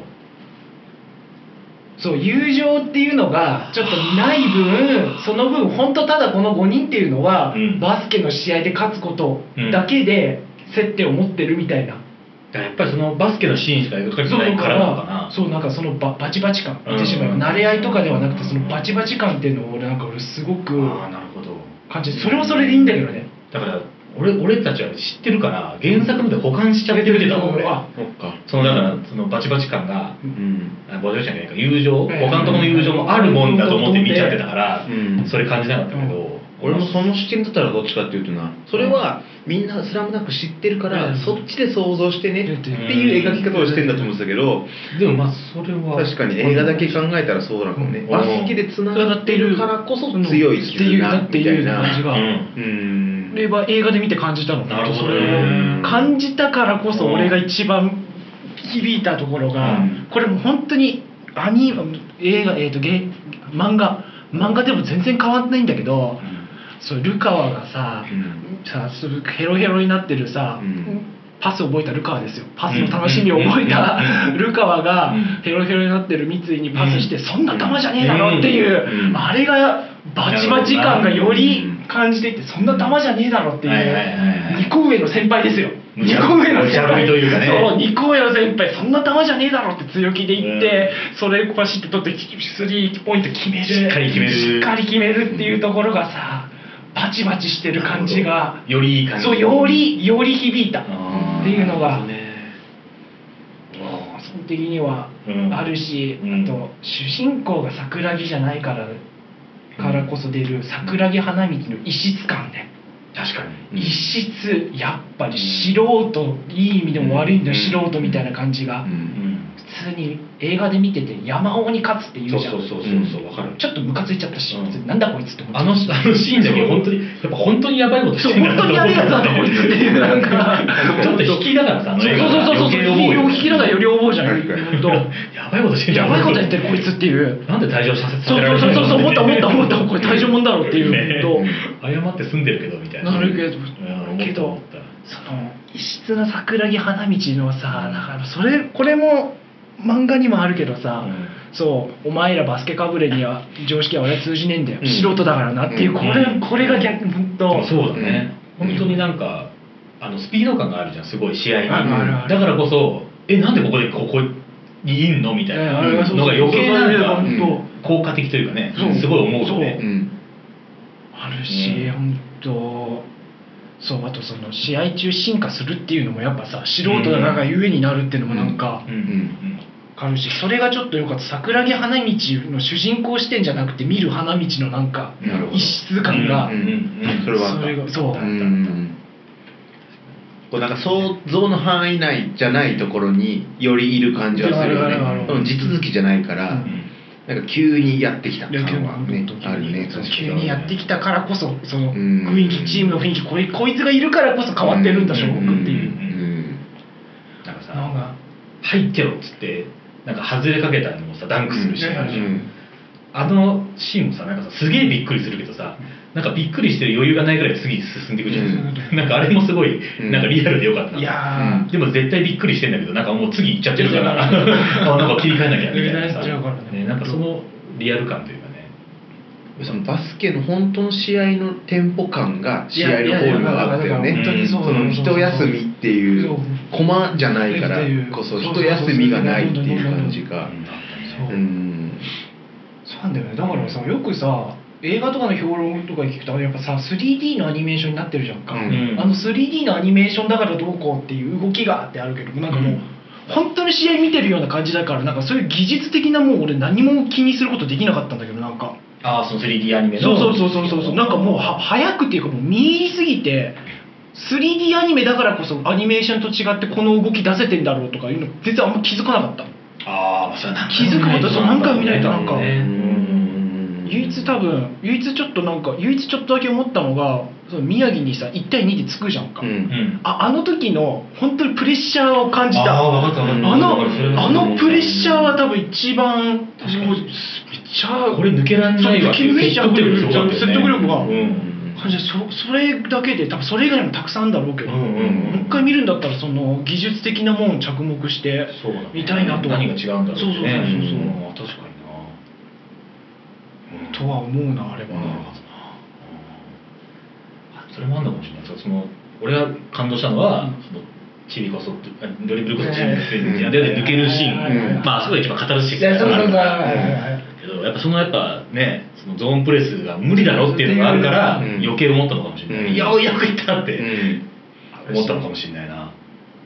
そう友情っていうのがちょっとない分その分本当ただこのごにんっていうのは、うん、バスケの試合で勝つことだけで接点を持ってるみたいな、 やっぱりそのバスケのシーンしか描かれてないからなのかな。 そうなんかその バ, バチバチ感言ってしまえば慣れ合いとかではなくてそのバチバチ感っていうのを俺なんか俺すごく感じてそれもそれでいいんだけどね。 だから俺, 俺たちは知ってるから原作まで保管しちゃって見てたもん俺。あそっかそのだからそのバチバチ感が、うん、バチバチ感じゃないか友情他のところの友情もあるもんだと思って見ちゃってたから、うん、それ感じなかったけど、 俺もその視点だったらどっちかっていうとな、それはみんな「スラムダンク知ってるから、うん、そっちで想像してねっていう描き方をしてんだと思ってたけど、 でもまあそれは確かに映画だけ考えたらそうなのかもね。バスケでつながってるからこそ強い絆みたいな感じが、うん俺は映画で見て感じたの。なるほど、それを感じたからこそ俺が一番響いたところが、うん、これも本当にアニ映画、えーと、ゲ漫画漫画でも全然変わんないんだけど、うん、そうルカワがさ、うん、さヘロヘロになってるさ、うん、パスを覚えたルカワですよ。パスの楽しみを覚えたルカワがヘロヘロになってる三井にパスして、うん、そんな球じゃねえだろっていう、うん、あれがバチバチ感がより感じていて、そんな球じゃねえだろっていうにこ上の先輩ですよ。にこ上の先輩というかね、そうにこ上の先輩、そんな球じゃねえだろって強気で言って、うん、それパシッて取ってスリーポイント決める、しっかり決めるしっかり決めるっていうところがさ、バチバチしてる感じがよりいい感じ、 そうよりより響いたっていうのが、その的にはあるし、うん、あと主人公が桜木じゃないからからこそ出る桜木花道の異質感ね。 確かに異質、やっぱり素人、いい意味でも悪い意味でも素人みたいな感じが、普通に映画で見てて山王に勝つって言うじゃん。 そうそうそうそう、分かる。 ちょっとムカついちゃったし、うん、なんだこいつって思って、 あのあのシーンでも本当にやっぱ本当にやばいことしてるんだ本当にやべえやつなんだこいつっていう、なんかちょっと引きだからさ、あの映画そうそうそうそう、引きだからより思うじゃん。 やばいことしてる、 やばいことやってるこいつっていう。 なんで退場させさせられるの。そうそうそうそう、思った思った思った、これ退場もんだろうっていうと、 謝って済んでるけどみたいな。 なるけどけどその異質な桜木花道のさ、だからそれこれも漫画にもあるけどさ、うん、そうお前らバスケかぶれには常識は俺は通じねえんだよ、うん、素人だからなっていう、これ、うん、これが逆に本当そうだね、うん、本当になんかあのスピード感があるじゃん、すごい試合に、だからこそえなんでここでここにいんのみたいなのが余計なんか効果的というかね、すごい思うとね、 あるし、本当そう、あとその試合中進化するっていうのもやっぱさ、素人だからゆえになるっていうのもなんかあるし、それがちょっとよかった。桜木花道の主人公視点じゃなくて見る花道のなんか異質感が、 それはそれがそう、こうなんか想像の範囲内じゃないところによりいる感じはするよね。地続きじゃないから。なんか急にやってきた感はね、あるね。 急にやってきたからこそ、その雰囲気、チームの雰囲気、こい、こいつがいるからこそ変わってるんだ、翔吾君っていう。 なんかさ、入ってろっつって、なんか外れかけたのもさ、ダンクするし、あのシーンもさ、なんかさ、すげえびっくりするけどさ、なんかびっくりしてる余裕がないぐらい次に進んでいくじゃん。なんかあれもすごい、なんかリアルでよかった。いやでも絶対びっくりしてんだけど、なんかもう次行っちゃってるから、あなんか切り替えなきゃみたいなさ、ね、なんかそのリアル感というかね。 そのバスケの本当の試合のテンポ感が試合の方にはあったよね。その一休みっていうコマじゃないからこそ一休みがないっていう感じが。 そうなんだよね。だからさ、よくさ映画とかの評論とか聞くとやっぱさ スリーディー のアニメーションになってるじゃんか、うん、あの スリーディー のアニメーションだからどうこうっていう動きがあってあるけど、なんかもう、うん、本当に試合見てるような感じだから、なんかそういう技術的なもん俺何も気にすることできなかったんだけど、なんかああその スリーディー アニメのそうそうそうそうそう、なんかもうは早くっていうかもう見入りすぎて スリーディー アニメだからこそアニメーションと違ってこの動き出せてんだろうとかいうの全然あんま気づかなかった。 ああそれは気づくことそう何回も見ないとなんか、唯一多分唯一ちょっとなんか唯一ちょっとだけ思ったのが、その宮城にさいち対にでつくじゃんか、うん、あ, あの時の本当にプレッシャーを感じた。 あ, あ, あのあのプレッシャーは多分一番確かにめっちゃこれ抜けらんないわ、 説得力説得力が、うん、そ, それだけで多分それ以外にもたくさんあるんだろうけど、うんうんうん、もう一回見るんだったらその技術的なものに着目して見たいなと、 ね、何が違うんだろうね。そうそうそうそう、うん、確かにとは思うな、あれは、うん、 それもあんだかもしれない。その俺が感動したのは、うん、そのチビこそドリブルこそチビこそで抜けるシーン、うん、まあそこが一番カタルシスがあるけど、やっぱそのやっぱねそのゾーンプレスが無理だろっていうのがあるから、うん、余計思ったのかもしれない、うん、いやよくいったって思ったのかもしれないな。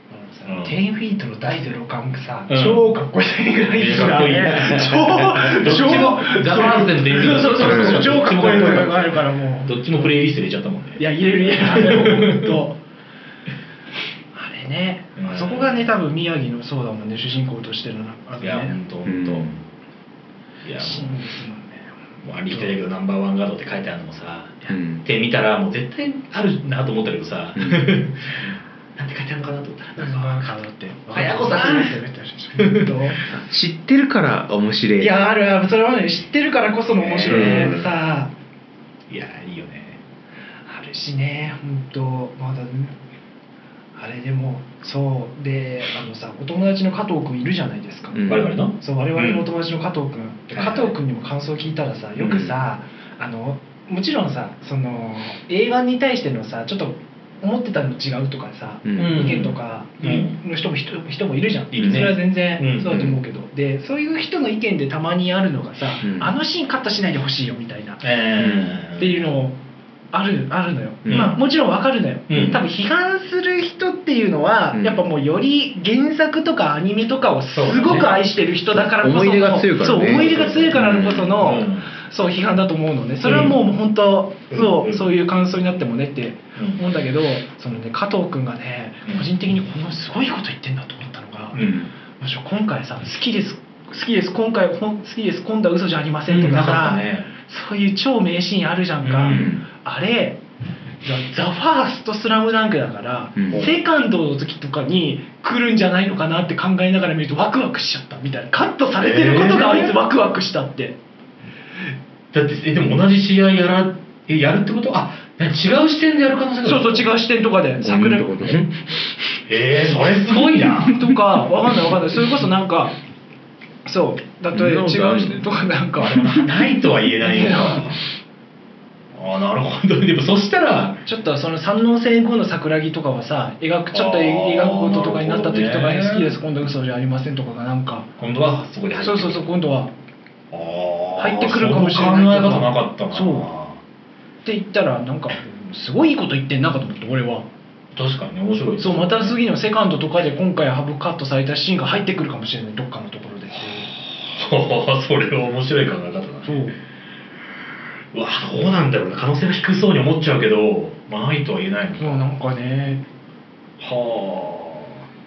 さ、 うん、 テンフィートの大ゼロ感がさ、 うん、 超かっこいいぐらいですからね。超超ザ・ファーストでもテンフィートそうそうそう、超かっこいいのがあるからもう。 どっちもプレイリスト入れちゃったもんね。 いや入れる入れる。本当。あれね、 うん、 そこがね多分宮城のそうだもんね、主人公としてのあるね。 いや本当本当。いや真実のね。 もうありきたりだけどナンバーワンガードって書いてあるのもさ、 うん、 って見たらもう絶対あるなと思ったけどさ、うん、なんて書いてあるのかなと思ったら、 ナンバーワンガードって早子さん知ってるから面白い。 いやあるある、それはね知ってるからこその面白いね、えー、さあいやいいよね。 あるしね、本当まだねあれでもそうで、あのさお友達の加藤君いるじゃないですか、 うん、我々のそう我々のお友達の加藤君、うん、加藤君にも感想を聞いたらさ、よくさ、うん、あのもちろんさその映画に対してのさちょっと思ってたの違うとかさ、うん、意見とかの人も、うん、人, 人もいるじゃん、いるね、それは全然そうだと思うけど、うん、でそういう人の意見でたまにあるのがさ、うん、あのシーンカットしないでほしいよみたいな、えー、っていうのをあるあるのよ、うん、まあもちろんわかるのよ、うん、多分批判する人っていうのは、うん、やっぱもうより原作とかアニメとかをすごく愛してる人だからこその、 思い入れが強いからね、 そう思い入れが強いからこその、うん、そう批判だと思うのね。それはもう本当、うん、そう、うん、そういう感想になってもねって思うんだけど、そのね加藤君がね個人的にこのすごいこと言ってんだと思ったのが、うん、今回さ好きです好きです今回好きです今度は嘘じゃありませんとかさ、うんね、そういう超名シーンあるじゃんか、うん、あれザ・ファーストスラムダンクだから、うん、セカンドの時とかに来るんじゃないのかなって考えながら見るとワクワクしちゃったみたいな、カットされてることがあいつワクワクしたって、 だってえでも同じ試合やらえやるってこと？あ、違う視点でやる可能性がある。 そうそう違う視点とかで桜えー、それすごいなとかわかんないわかんない、それこそなんかそうだと違う視点とかなんかないとは言えないよあ、なるほど。でもそしたらちょっとその三能戦後の桜木とかはさ描くちょっと描くこととかになった時とかに好きです今度嘘じゃありませんとかがなんか今度はそこで入ってくる。 そうそうそう今度はあ入ってくるかもしれない。 考え方なかったな。 そうって言ったらなんかすごいいいこと言ってんなかと思って俺は。 確かに面白い。 そうまた次のセカンドとかで今回ハブカットされたシーンが入ってくるかもしれないどっかのところで。 それは面白い考え方だね。 そううわどうなんだろうね、可能性が低そうに思っちゃうけど、まあ、ないとは言えないのか。 そうなんかねは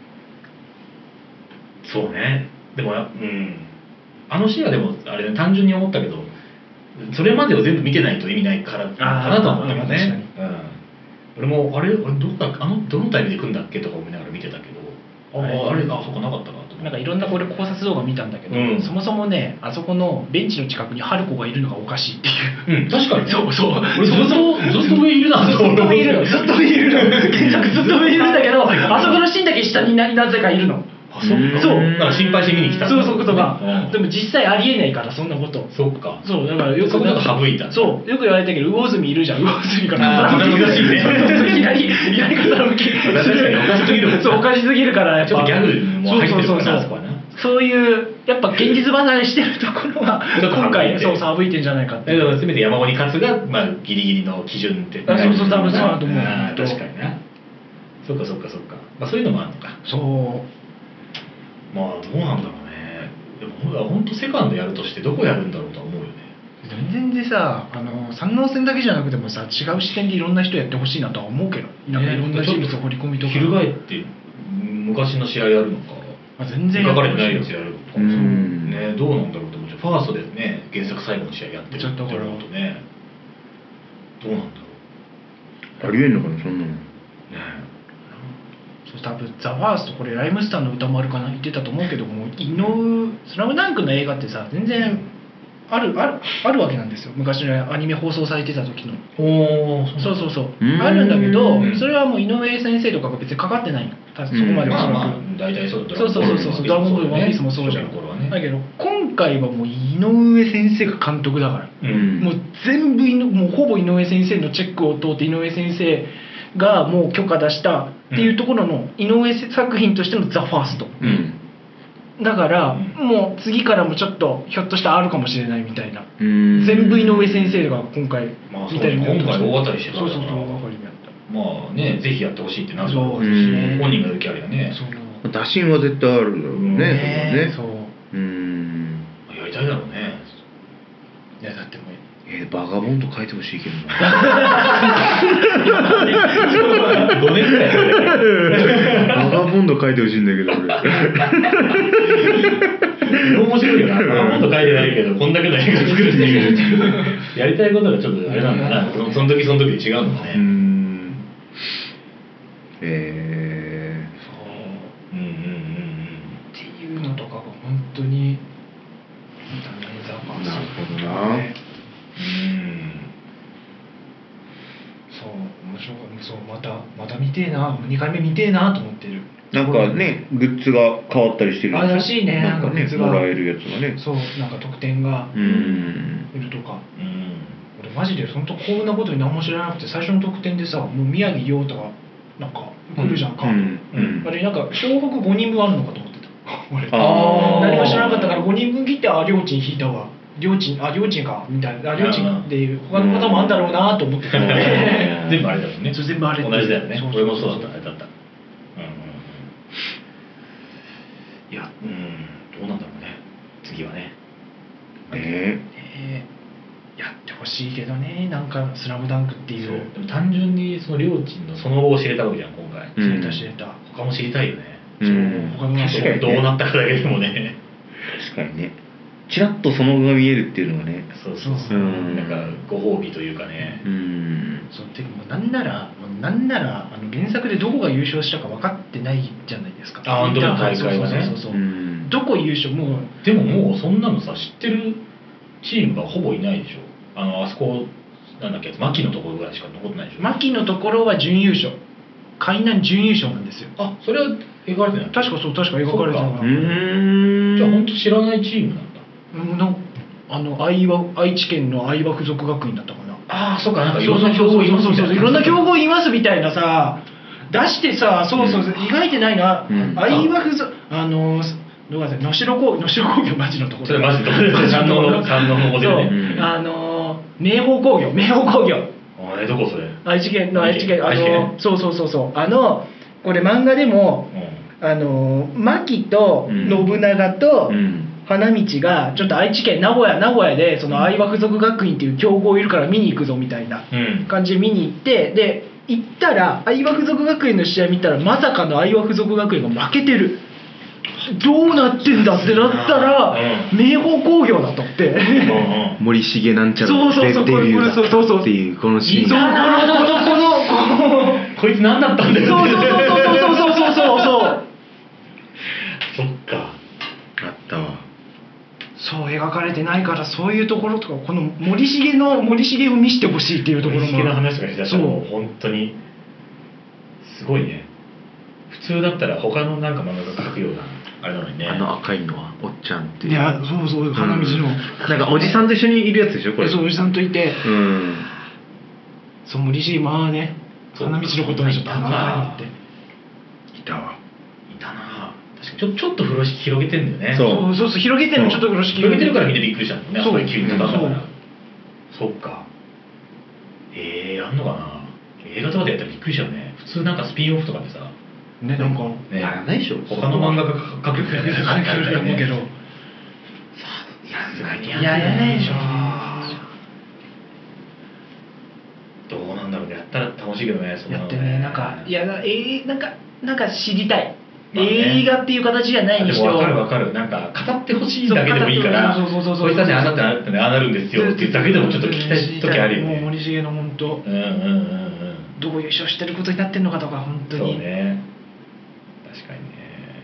あそうね。でもうんあのシーンはでもあれね単純に思ったけどそれまでを全部見てないと意味ないからかなとは思ったけどね、うん、俺もあれどうだあのどのタイミングで来るんだっけとか思いながら見てたけどあああれあそこなかったなとなんかいろんな俺考察動画見たんだけど、うん、そもそもねあそこのベンチの近くに春子がいるのがおかしいっていう、 うん、確かに、ね、 そうそう俺ずっとずっと上いるなずっと上いるのずっと上いるの原作ずっと上いるんだけどあそこのシーンだけ下になぜかいるの。 あそっかそうだから心配して見に来たそうそうことが、うん、でも実際ありえないからそんなことそっかそうだからよくそこだと省いたそうよく言われたけど魚住いるじゃん魚住から風向きねいきなりいきなり風向き確かにおかしすぎるそうおかしすぎるからやっぱちょっとギャグも入ってるからなそこはなそういうやっぱ現実離れしてるところは今回そう省いてんじゃないかってだからせめて山子に勝つが、まあ、ギリギリの基準ってあそうそう多分そうだと思う確かになそっかそっかそっか、まあ、そういうのもあるのかそうまあどうなんだろうね。でも本当セカンドやるとしてどこやるんだろうとは思うよね。 全然でさあの三能線だけじゃなくてもさ違う視点でいろんな人やってほしいなとは思うけどなんかいろんな人物を掘り込みとか翻って昔の試合やるのか、 まあ、全然書かれてないやつやるのかうんねどうなんだろうと思っちゃう。ファーストでね原作最後の試合やってるって思うとねどうなんだろう。 ありえんのかなそんなのね多分ザ・ファーストこれライムスターの歌もあるかな言ってたと思うけども井上スラムダンクの映画ってさ全然あるあるあるわけなんですよ昔のアニメ放送されてた時のおそうそうそうあるんだけどそれはもう井上先生とかが別にかかってないのそこまではまあまあ大体そうだそうそうそうそうドラゴンボールワンピースもそうじゃんだけど今回はもう井上先生が監督だから、うん、もう全部もうほぼ井上先生のチェックを通って井上先生がもう許可出したっていうところの井上作品としてのザ・ファースト、うん、だから、うん、もう次からもちょっとひょっとしたらあるかもしれないみたいな全部井上先生が今回みたいな今回大当たりしてたからそうそうそう大当たりにやったまあねぜひやってほしいってなるそうですね本人がやる気あるよねそう打診は絶対あるだろうね。 ね、そう。 うん。 やりたいだろうね。 いやだってもう。 えー、バガボンド書いてほしいけどな。 ごねんくらい。 バガボンド書いてほしいんだけど俺。 面白いよな。バガボンド書いてないけどこんだけの映画作るっていうやりたいことがちょっとあれなんだな。その時その時で違うのね。 うん。えー、 そう。 うんうんうんうん。 っていうのとかが本当にダメだから。 なるほどな。 うん、 そう面白い。そうまたまた見てえな、にかいめ見てえなと思ってる。 なんかねグッズが変わったりしてるんですよ。 あらしいね。 なんかねグッズがもらえるやつがね。 そうなんか特典がうんいるとか。 うん、 俺マジで本当こんなことに何も知らなくて、最初の特典でさ、もう宮城亮太がなんか来るじゃんか、 うんうん、 あれなんか湘北ごにんぶんあるのかと思ってた俺。 あ何も知らなかったからごにんぶん切って、ありょーちん引いたわ、りょーちんありょーちんかみたいな、ありょーちんで他の方もあんだろうなと思ってた。 全部あれだもんね。 そう全部あれって同じだよね。 そうそうそう俺もそうだったあれだった。うんうん、いや、うん、どうなんだろうね次はね。 ええー、やってほしいけどね、なんか「スラムダンクっていう。 でも単純にそのりょーちんのその後を知れたわけじゃん今回。 知れた知れた。 他も知りたいよね。 うん、 そう他の確かにね、 どうなったかだけでもね。 確かにね。チラッとその後が見えるっていうのがね。 そうそうそう。 うん、 なんかご褒美というかね。 うん。 そうてかもうなんならもうなんならあの原作でどこが優勝したか分かってないじゃないですか。 ああの時の大会はね。 そうそうそうそう、 うん、 どこ優勝もう。 でももうそんなのさ知ってるチームがほぼいないでしょ。あのあそこなんだっけ牧のところぐらいしか残ってないでしょ。 牧のところは準優勝、海南準優勝なんですよ。 あ、それは描かれてない。 確かそう確か描かれてるのが。 うーん。 じゃあ本当知らないチームなんだ。 うんのあの愛は愛知県の愛和附属学院だったかな。 ああ、そうか、なんかいろんな競合いますみたいな。 いろんな競合いますみたいなさ出してさ、そうそうそう、意外てないな、 うん、 愛和附属あのどうか能代工能代工業マジのところ。 それマジのところで山王の山王のモデルね。 そう、あの明豊工業明豊工業。 あれどこそれ？ 愛知県の愛知県あ愛知県のそうそうそうそうあのこれ漫画でも、うん、あの牧と信長と、うん花道がちょっと愛知県名古屋名古屋でその愛和附属学院っていう強豪いるから見に行くぞみたいな感じで見に行って、で行ったら愛和附属学院の試合見たらまさかの愛和附属学院が負けてる。どうなってんだってなったら、うん、明豊工業だとって、うん、 森重なんちゃらそうそうそうデビューだっていうこのシーン。 そうこのこのこのこいつ何だったんだよ。 そうそうそうそうそうそうそうそうそっか。 あったわ。 そう描かれてないから、そういうところとかこの森重の森重を見せてほしいっていうところも。 森重の話とかしだしたらもう本当にすごいね。普通だったら他のなんか漫画が描くようなあれなのにね。 あの赤いのはおっちゃんっていう。 いやそうそう花道の、うん、 なんかおじさんと一緒にいるやつでしょこれ。 そうおじさんといて、 うん、 そう森重まあね花道のことにちょっと話がっていたわ。 いたな。ちょ, ちょっと風呂敷広げてんだよね。 そうそうそう広げてるのちょっと風呂敷広げてるから見てびっくりしたんだよね。 そう急にだから。そっか。えー、やんのかな。映画とかでやったらびっくりしちゃうね。普通なんかスピンオフとかでさねなんかねやらないでしょ。 他の漫画が描くやつ描くと思うけど。いややらないでしょ。 どうなんだろうね。やったら楽しいけどね。そんなのね。 やってねなんかいやえー、なんかなんか知りたい。まあね、映画っていう形じゃないにしても分かる分かる。なんか語ってほしいだけでもいいからこいつたちあなたああなるんですよっていうだけでもちょっと聞きたい時あるよね。 もう森重の本当、うんうんうんうん、どう優勝してることになってるのかとか本当に。 そうね。確かにね。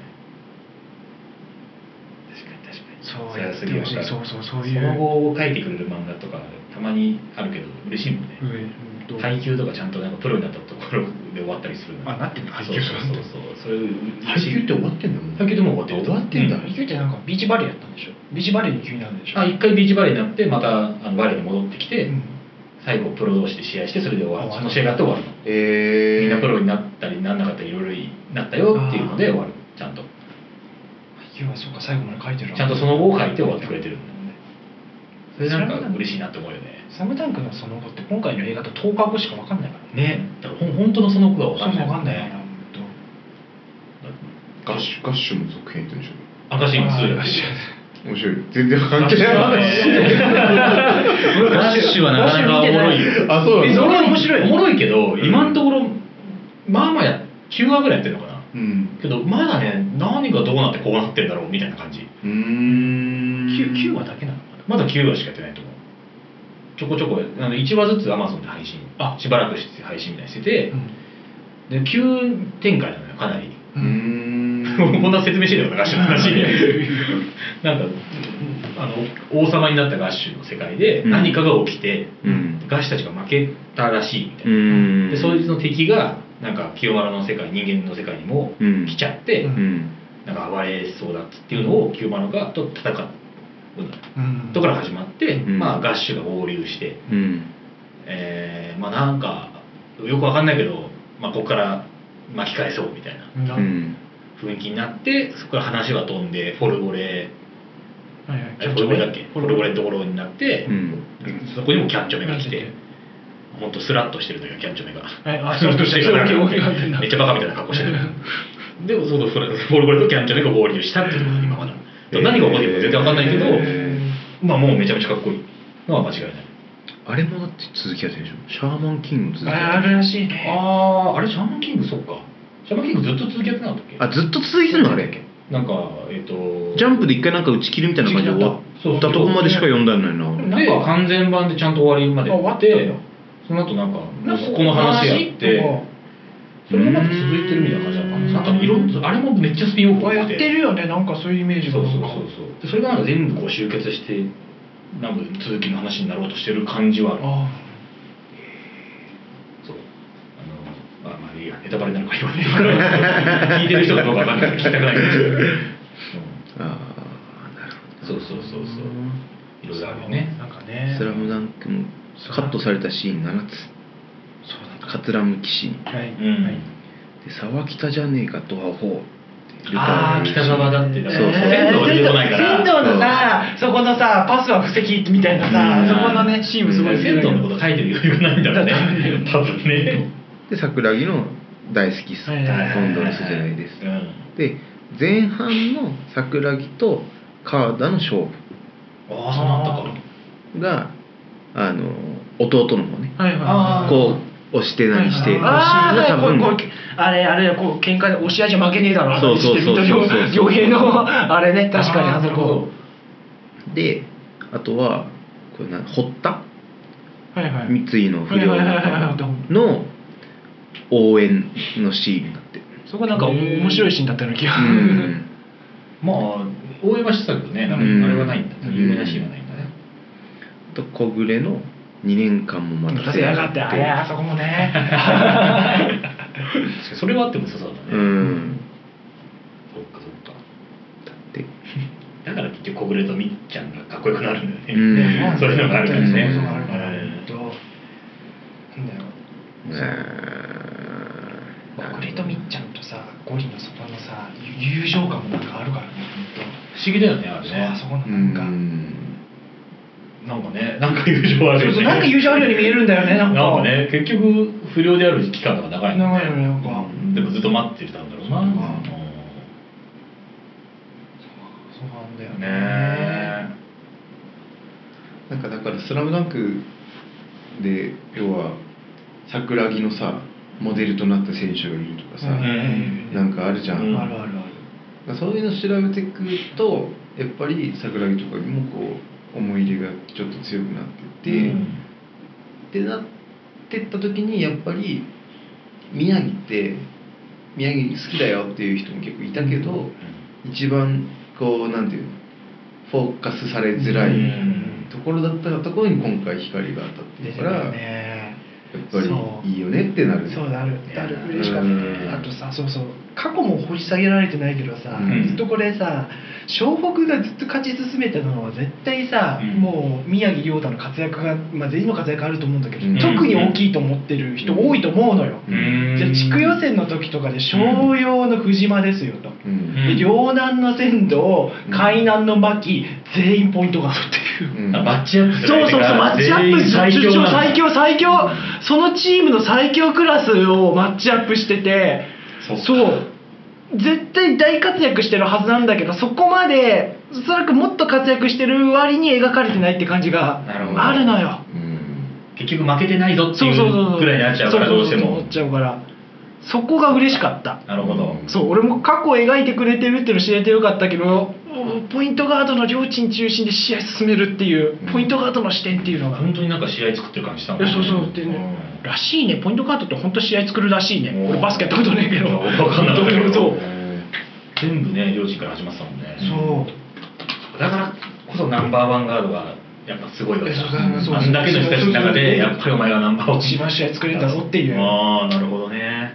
確かに確かに。 そうやってほしい。そうそうそういう。 その後を書いてくれる漫画とかたまにあるけど嬉しいもんね。 うん、 配給とかちゃんとなんかプロになったところで終わったりするの。 あなってんの配給。 そうそうそうそう。それ配給って終わってんの？ 配給でも終わってる。 終わってんだ。 配給ってなんかビーチバレーやったんでしょ。ビーチバレーに急になるんでしょ。 あ一回ビーチバレーになってまたあのバレーに戻ってきて、 うん、 最後プロ同士で試合してそれで終わる。その試合があって終わるの。 えー、 みんなプロになったりなんなかったりいろいろなったよっていうので終わる。ちゃんと。 配給はそうか最後まで書いてる。 ちゃんとその後を書いて終わってくれてるんだよね。それなんか嬉しいなって思うよね。 スラムダンクのその後って今回の映画ととおかごしか分かんないからね。だからほん本当のその後が分かんない。 そう分かんないから。 合ガッシュガッシュも続編やってるでしょ。 赤シーンがすごいやって面白い。全然関係ない話。 ガッシュはなかなかおもろいよ。 あ、そうなんだ。 それは面白い。おもろいけど、今のところまあまあやきゅうわぐらいやってるのかな。うん。けどまだね、何がどうなってこうなってんだろうみたいな感じ。うーん。 きゅうわだけなのかな。 まだきゅうわしかやってないと思う。ちょこちょこあのいちわずつ Amazon で配信、あしばらくして配信みたいにしてて、うん、で急展開なのよかなり。うーんこんな説明してるようなガッシュの話でなんかあの王様になったガッシュの世界で何かが起きて、うん、ガッシュたちが負けたらしいみたいな。うんでそいつの敵がなんか清丸の世界、人間の世界にも来ちゃって、うん、なんか暴れそうだっていうのを清丸がと戦ってうん、とこから始まって、うんまあ、ガッシュが合流して、うんえー、まあなんかよくわかんないけど、まあ、ここから巻き返そうみたいな雰囲気になって、そこから話は飛んでフォルゴレ、はいはい、フォルゴレだっけフォルゴレのところになって、うん、そこにもキャンチョメが来て、ほんとスラッとしてるのよキャンチョメが、はい、スラッとしてるからめっちゃバカみたいな格好してるでもそのフォルゴレとキャンチョメが合流したっていうところが今まだ何が起こってるか全然わかんないけど、まあもうめちゃめちゃかっこいいのは間違いない。 あれもだって続きやってるでしょ。シャーマンキング続きやってる。あれらしいね。 ああ、あれシャーマンキングそっか。シャーマンキングずっと続きやってなかったっけ？ あ、ずっと続いてるのあれ。 なんかえっ、ー、とジャンプで一回なんか打ち切るみたいな感じで終わったとこまでしか読んだんないな。 で完全版でちゃんと終わりまで終わって、その後なんかこの話やって。それがまた続いてるみたいな感じだったんです。なんかいろんなあれもめっちゃスピンオフやってるよね。なんかそういうイメージが。 そうそうそうそうでそれがなんか全部こう集結してなんか続きの話になろうとしてる感じはある。あそうあのまあまあいいやネタバレになるから言わない聞いてる人がどうかわかんないから聞きたくないけど、うん、ああなるほどそうそうそうそういろいろあるよね。 なんかねスラムダンクもカットされたシーンななつカツラム騎士、はいうん、で沢北じゃねえかとはほうああ北沢だってそうそう仙道が出てこないから仙道のさそこのさパスは布石みたいなさ、うん、そこのねシーンもすごい仙道のこと書いてる余裕がないんだろうね多分ねで桜木の大好きっす今度の筋じゃないです、うん、で前半の桜木と川田の勝負ああそうなったかがあの弟の方ね、はいはい、こう押して何して、 ああ多分あれあれこう喧嘩で押し合いじゃ負けねえだろそうそうそうそう傭兵のあれね確かにあそこであとはこれな堀田三井の不良の応援のシーンだってそこなんか面白いシーンだったような気が、うん、 まあ応援はしてたけどねなんかあれはないんだ、うん、有名なシーンはないんだね。 と小暮のにねんかんも待たせやがってあれあそこもねそれはあっても良さそうだねうんそっかそっかだってだから結局小暮とみっちゃんがかっこよくなるんだよね、うん、そういうのがあるからねそういうのがあるからねなんだよ小暮とみっちゃんとさゴリのそこのさ友情感もなんかあるからね不思議だよねあれねあそこのなんかなんかね、なんか友情あるよね。 そうそう、なんか友情あるように見えるんだよね、なんか。 なんかね、結局不良である期間が長いのね。 長いよね、なんか。 でもずっと待ってたんだろうな。うん、そうなんだよね。なんかだからスラムダンクで要は桜木のさモデルとなった選手がいるとかさ、うん、なんかあるじゃん。うん、あるあるある。そういうの調べていくとやっぱり桜木とかにもこう。思い入れがちょっと強くなってて、うん、ってなってった時にやっぱり宮城って宮城好きだよっていう人も結構いたけど、うん、一番こうなんていうのフォーカスされづらいところだったところに今回光が当たってるから、ね、やっぱりいいよねってなる。 そうなるなる嬉しかったね。あとさそうそう過去も掘り下げられてないけどさ、うん、ずっとこれさ湘北がずっと勝ち進めたのは絶対さ、うん、もう宮城亮太の活躍が、まあ、全員の活躍あると思うんだけど、うん、特に大きいと思ってる人多いと思うのよ、うん、じゃあ地区予選の時とかで湘陽の藤間ですよと、うん、で両南の仙道海南の牧全員ポイントがあるっていう、 うん、マッチアップそうそうそうマッチアップ最強最強最強そのチームの最強クラスをマッチアップしててそうそう絶対大活躍してるはずなんだけど、そこまでおそらくもっと活躍してる割に描かれてないって感じがあるのよ。 結局負けてないぞっていうくらいになっちゃうからどうしても思っちゃうから、そこが嬉しかった。 なるほど。 そう俺も過去を描いてくれてるっていうの知れてよかったけど、ポイントガードの両チーム中心で試合進めるっていうポイントガードの視点っていうのが本当になんか試合作ってる感じしたもんね。 そうそうでね、うん、らしいね。ポイントガードって本当試合作るらしいね。俺バスケやったことねえけど分かんなかったけどそう全部ね両チームから始まってたもんね。 そうだからこそナンバーワンガードがやっぱすごいわけだ。 あんだけの人たちの中でやっぱりお前がナンバーワン一番試合作れたぞっていう。 ああなるほどね。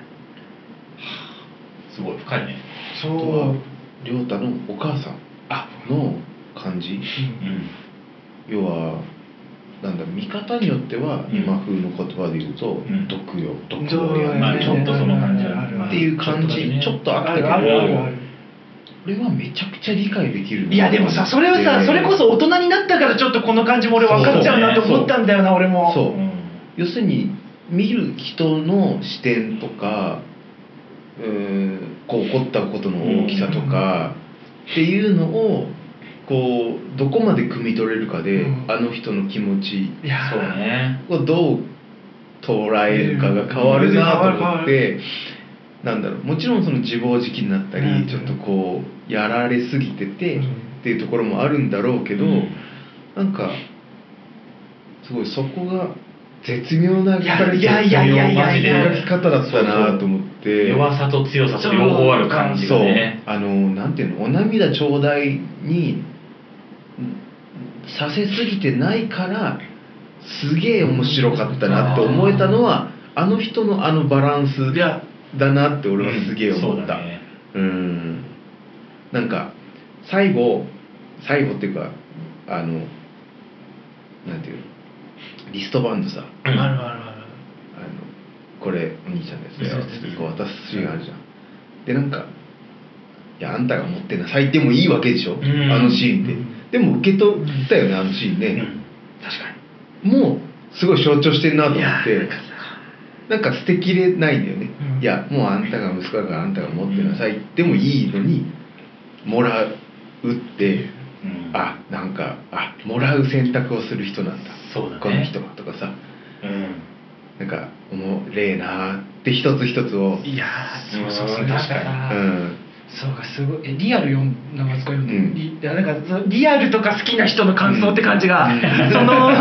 すごい深いね。 そう亮太のお母さんの感じ、うん、要はなんだ見方によっては、うん、今風の言葉で言うと、うん、毒よ毒をやまあちょっとその感じっていう感じちょっとあったけど、俺はめちゃくちゃ理解できる。 いやでもさそれはさそれこそ大人になったからちょっとこの感じも俺分かっちゃうなと思ったんだよな。俺もそう、うん、要するに見る人の視点とかうーんこう起こったことの大きさとかっていうのをこうどこまで汲み取れるかで、うん、あの人の気持ちをどう捉えるかが変わるなと思って、なんだろうもちろんその自暴自棄になったり、うん、ちょっとこうやられすぎてて、うん、っていうところもあるんだろうけど、うん、なんかすごいそこが絶妙な描き方だったなと思って、 弱さと強さと両方ある感じがね。 そうあのなんていうのお涙ちょうだいにさせすぎてないからすげえ面白かったなって思えたのはあの人のあのバランスだなって俺はすげえ思った。うん、うんなんか最後最後っていうかあのなんていうのリストバンドさ、 あるあるあるあのこれお兄ちゃんですよってこう渡すシーンあるじゃん。でなんかいやあんたが持ってなさいってもいいわけでしょ、うん、あのシーンって、うん、でも受け取ったよねあのシーンね、うん、 確かにもうすごい象徴してんなと思ってなんか捨てきれないんだよね、うん、いやもうあんたが息子だからあんたが持ってなさいでもいいのにもらうって、うん、あなんかあもらう選択をする人なんだそうだ、ね、 この人はとかさ、うん、なんかおもれえなって一つ一つをいやそうそうそう確かに、うんそうかすごいリアル読んだますか読んで、うん、リ, いやなんかリアルとか好きな人の感想って感じが、うん、その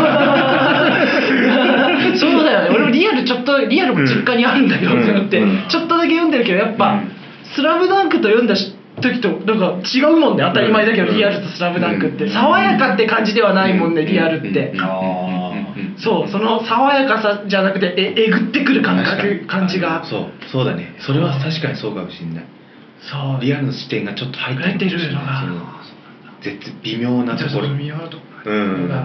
そうだよね俺もリアルちょっとリアルも実家にあるんだけどって思って、うん、ちょっとだけ読んでるけどやっぱ、うん、スラムダンクと読んだ時となんか違うもんね当たり前だけど、うん、リアルとスラムダンクって、うん、爽やかって感じではないもんね、うん、リアルって、うん、あそうその爽やかさじゃなくてええぐってくる感覚感じがそうそうだねそれは確かにそうかもしれないそうリアルの視点がちょっと入ってるのが絶微妙なところ微妙なところが、うん、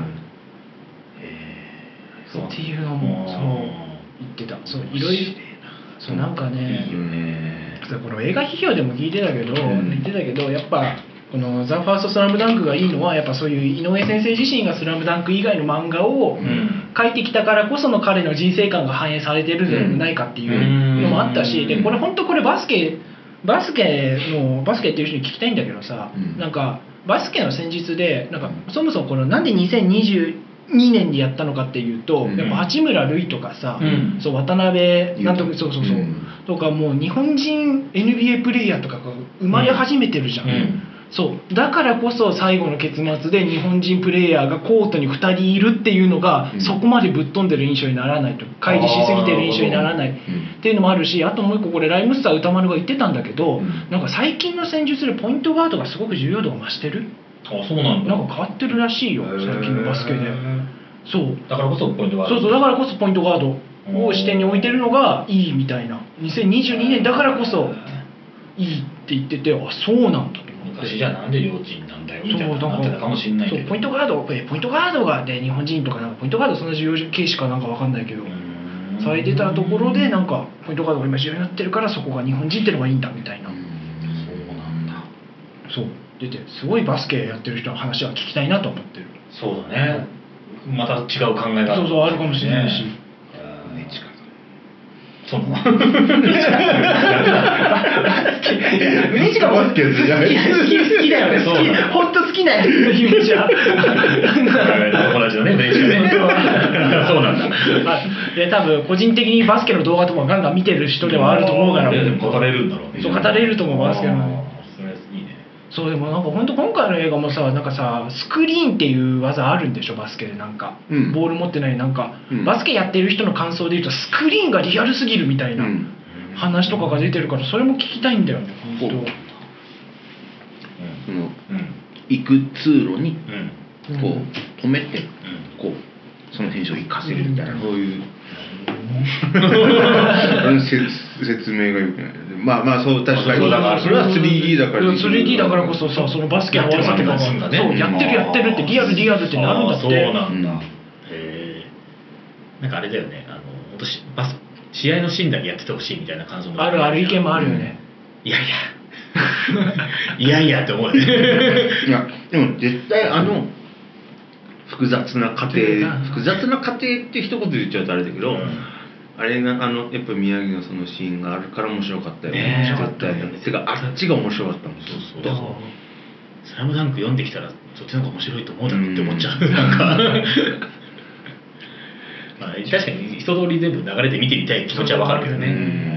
えー、っていうのもそう言ってたそういろいろそうなんかねいいよねこの映画批評でも聞いてたけど、うん、言ってたけどやっぱこのザ・ファーストスラムダンクがいいのはやっぱそういう井上先生自身がスラムダンク以外の漫画を描いてきたからこその彼の人生観が反映されてるんじゃないかっていうのもあったしでこれ本当これバスケバスケのバスケっていう人に聞きたいんだけどさ、うん、なんかバスケの戦術でなんかそもそもこのなんでにせんにじゅうにねんにやったのかっていうと、うん、やっぱ八村塁とかさ、うん、そう渡辺なんとかそうそうそう、うん、とかもう日本人 エヌビーエー プレイヤーとかが生まれ始めてるじゃん、うん、そうだからこそ最後の結末で日本人プレイヤーがコートにふたりいるっていうのが、うん、そこまでぶっ飛んでる印象にならないと乖離しすぎてる印象にならないっていうのもあるしあともう一個これライムスター歌丸が言ってたんだけど、うん、なんか最近の戦術でポイントガードがすごく重要度が増してるあそうなんだなんか変わってるらしいよ最近のバスケでそうだからこそポイントガードそうそうだからこそポイントガードを視点に置いてるのがいいみたいなにせんにじゅうにねんだからこそいいって言っててあそうなんだ昔じゃなんで両チームなんだよみたいななってたかもしれないけどそうポイントガードポイントガードがで日本人とかなんかポイントガードそんな重要形式かなんか分かんないけどされてたところでなんかポイントガードが今重要になってるからそこが日本人ってのがいいんだみたいなそうなんだそう出てすごいバスケやってる人の話は聞きたいなと思ってるそうだねまた違う考えがある、 そうそうあるかもしれないし、 ね、近そうなのメジがバスケ好き好き好きだよね。好き本当好きなやつのイメージは友達のねメジがねそうなんだ。 いや多分個人的にバスケの動画とかガンガン見てる人ではあると思うから、 でも語れるんだろうね。 そう語れると思うバスケの。 それいいね。 そうでもなんか本当今回の映画もさ、なんかさスクリーンっていう技あるんでしょバスケで。なんか、うん、ボール持ってないなんか、うん、バスケやってる人の感想で言うとスクリーンがリアルすぎるみたいな話とかが出てるから、それも聞きたいんだよね本当。 うん、行く通路にこう止めて、こうその選手を生かせるみたいな、そういう説明がよくない。まあまあそう確かに。だからそれは スリーディー だから。 スリーディー だからこそさ、そのバスケの技とかがそうやってるやってるってリアルリアルってなるんだって。 そうなんだ。へえ。なんかあれだよね。あの私バス試合のシーンだけやっててほしいみたいな感想もあるある意見もあるよね。 いやいや。いやいやって思うね。 いやでも絶対あの複雑な過程、複雑な過程って一言で言っちゃうとあれだけど、うん、あれがあのやっぱ宮城のそのシーンがあるから面白かったよね。面白かったよね。てかあっちが面白かったもん。そうそうそう。 スラムダンク読んできたらそっちの方が面白いと思うだろうって思っちゃう。なんかまあ確かに一通り全部流れて見てみたい気持ちはわかるけどね。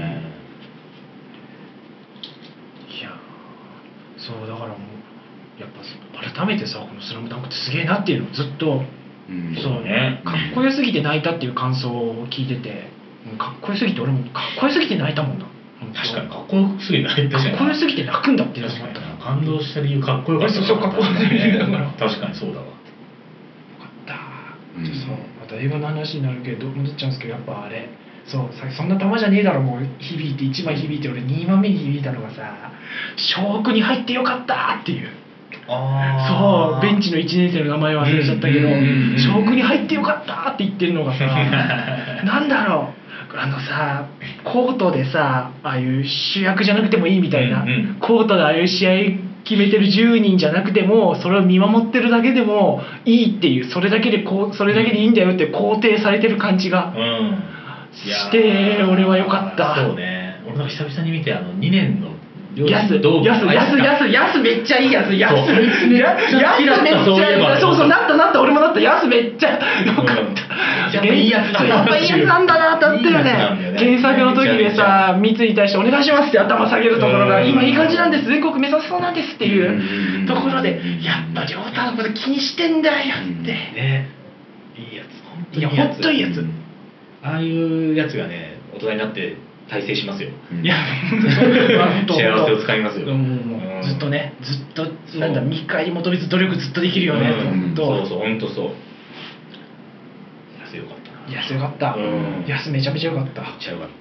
そうだからもうやっぱ改めてさ、この「スラムダンクってすげえなっていうのをずっと、うん、そうね、かっこよすぎて泣いたっていう感想を聞いてて、かっこよすぎて俺もかっこよすぎて泣いたもんな。 確かにかっこよすぎて泣いたし、 かっこよすぎて泣くんだっていうのもあったな。 感動した理由かっこよかった。 そうかっこよすぎるだから確かにそうだわ。よかった、うん、そうまた映画の話になるけど戻っちゃうんですけど、やっぱあれそうさ、そんな玉じゃねえだろもう響いて一番響いて俺にばんめに響いたのがさ、小区に入ってよかったっていう。あそうベンチのいちねん生の名前忘れちゃったけど、小区に入ってよかったって言ってるのがさなんだろう、あのさコートでさ、ああいう主役じゃなくてもいいみたいな、うんうん、コートでああいう試合決めてるじゅうにんじゃなくてもそれを見守ってるだけでもいいっていう、それだけでこうそれだけでいいんだよって肯定されてる感じが、うんして、俺は良かった。 そうね、俺なんか久々に見て、あのにねんのやす、やす、やす、やす、やすめっちゃいいやつ、やす、やすめっちゃいい、そうそう、なったなった、俺もなった、やすめっちゃ良かった。やっぱいいやつだ、やっぱいいやつなんだなって思ってるね。原作の時でさ、三井に対してお願いしますって頭下げるところが、今いい感じなんです、全国目指せそうなんですっていうところで、やっぱ亮太のこと気にしてんだよって。ね、 いいやつ、 いや、ほんといいやつ。 ああいうやつがね、大人になって大成しますよ。 いや、 幸せをつかみますよ。 ずっとね、ずっとなんだ、見返り求めず努力ずっとできるよね。 そうそう、本当そう。安よかったな。 安よかった。安めちゃめちゃよかった。 めっちゃよかった。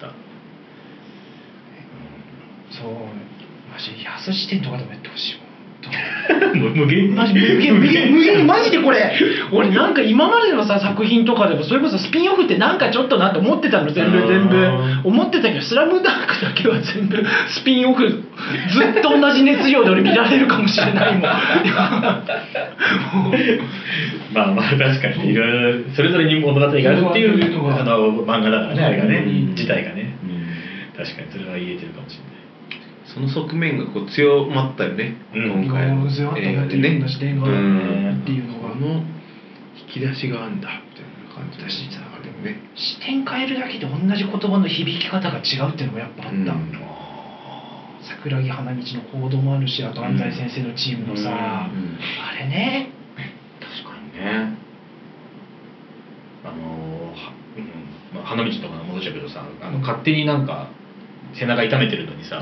そう、マジ安視点とかでもやってほしいもん。 無限マジ無限無限無限マジでこれ俺なんか今までのさ作品とかでもそれこそスピンオフってなんかちょっとなって思ってたの、全部全部思ってたけど、スラムダンクだけは全部スピンオフずっと同じ熱量で俺見られるかもしれないもんまあまあ確かにいろいろそれぞれに物語があるっていうあの漫画だからね、あれがね、自体がね、確かにそれは言えてるかもしれない。 その側面がこう強まったよね、うん、今回の映画でね。 視点があるねっていうのが、 この引き出しがあるんだみたいな感じだしさ、でもね、 視点変えるだけで同じ言葉の響き方が違うっていうのもやっぱあった、うん、桜木花道の行動もあるし、あと安西先生のチームのさ、うんうん、あれね、 確かにね、あの、うんまあ、花道とか戻っちゃうけどさ、あの勝手になんか背中痛めてるのにさ、うん、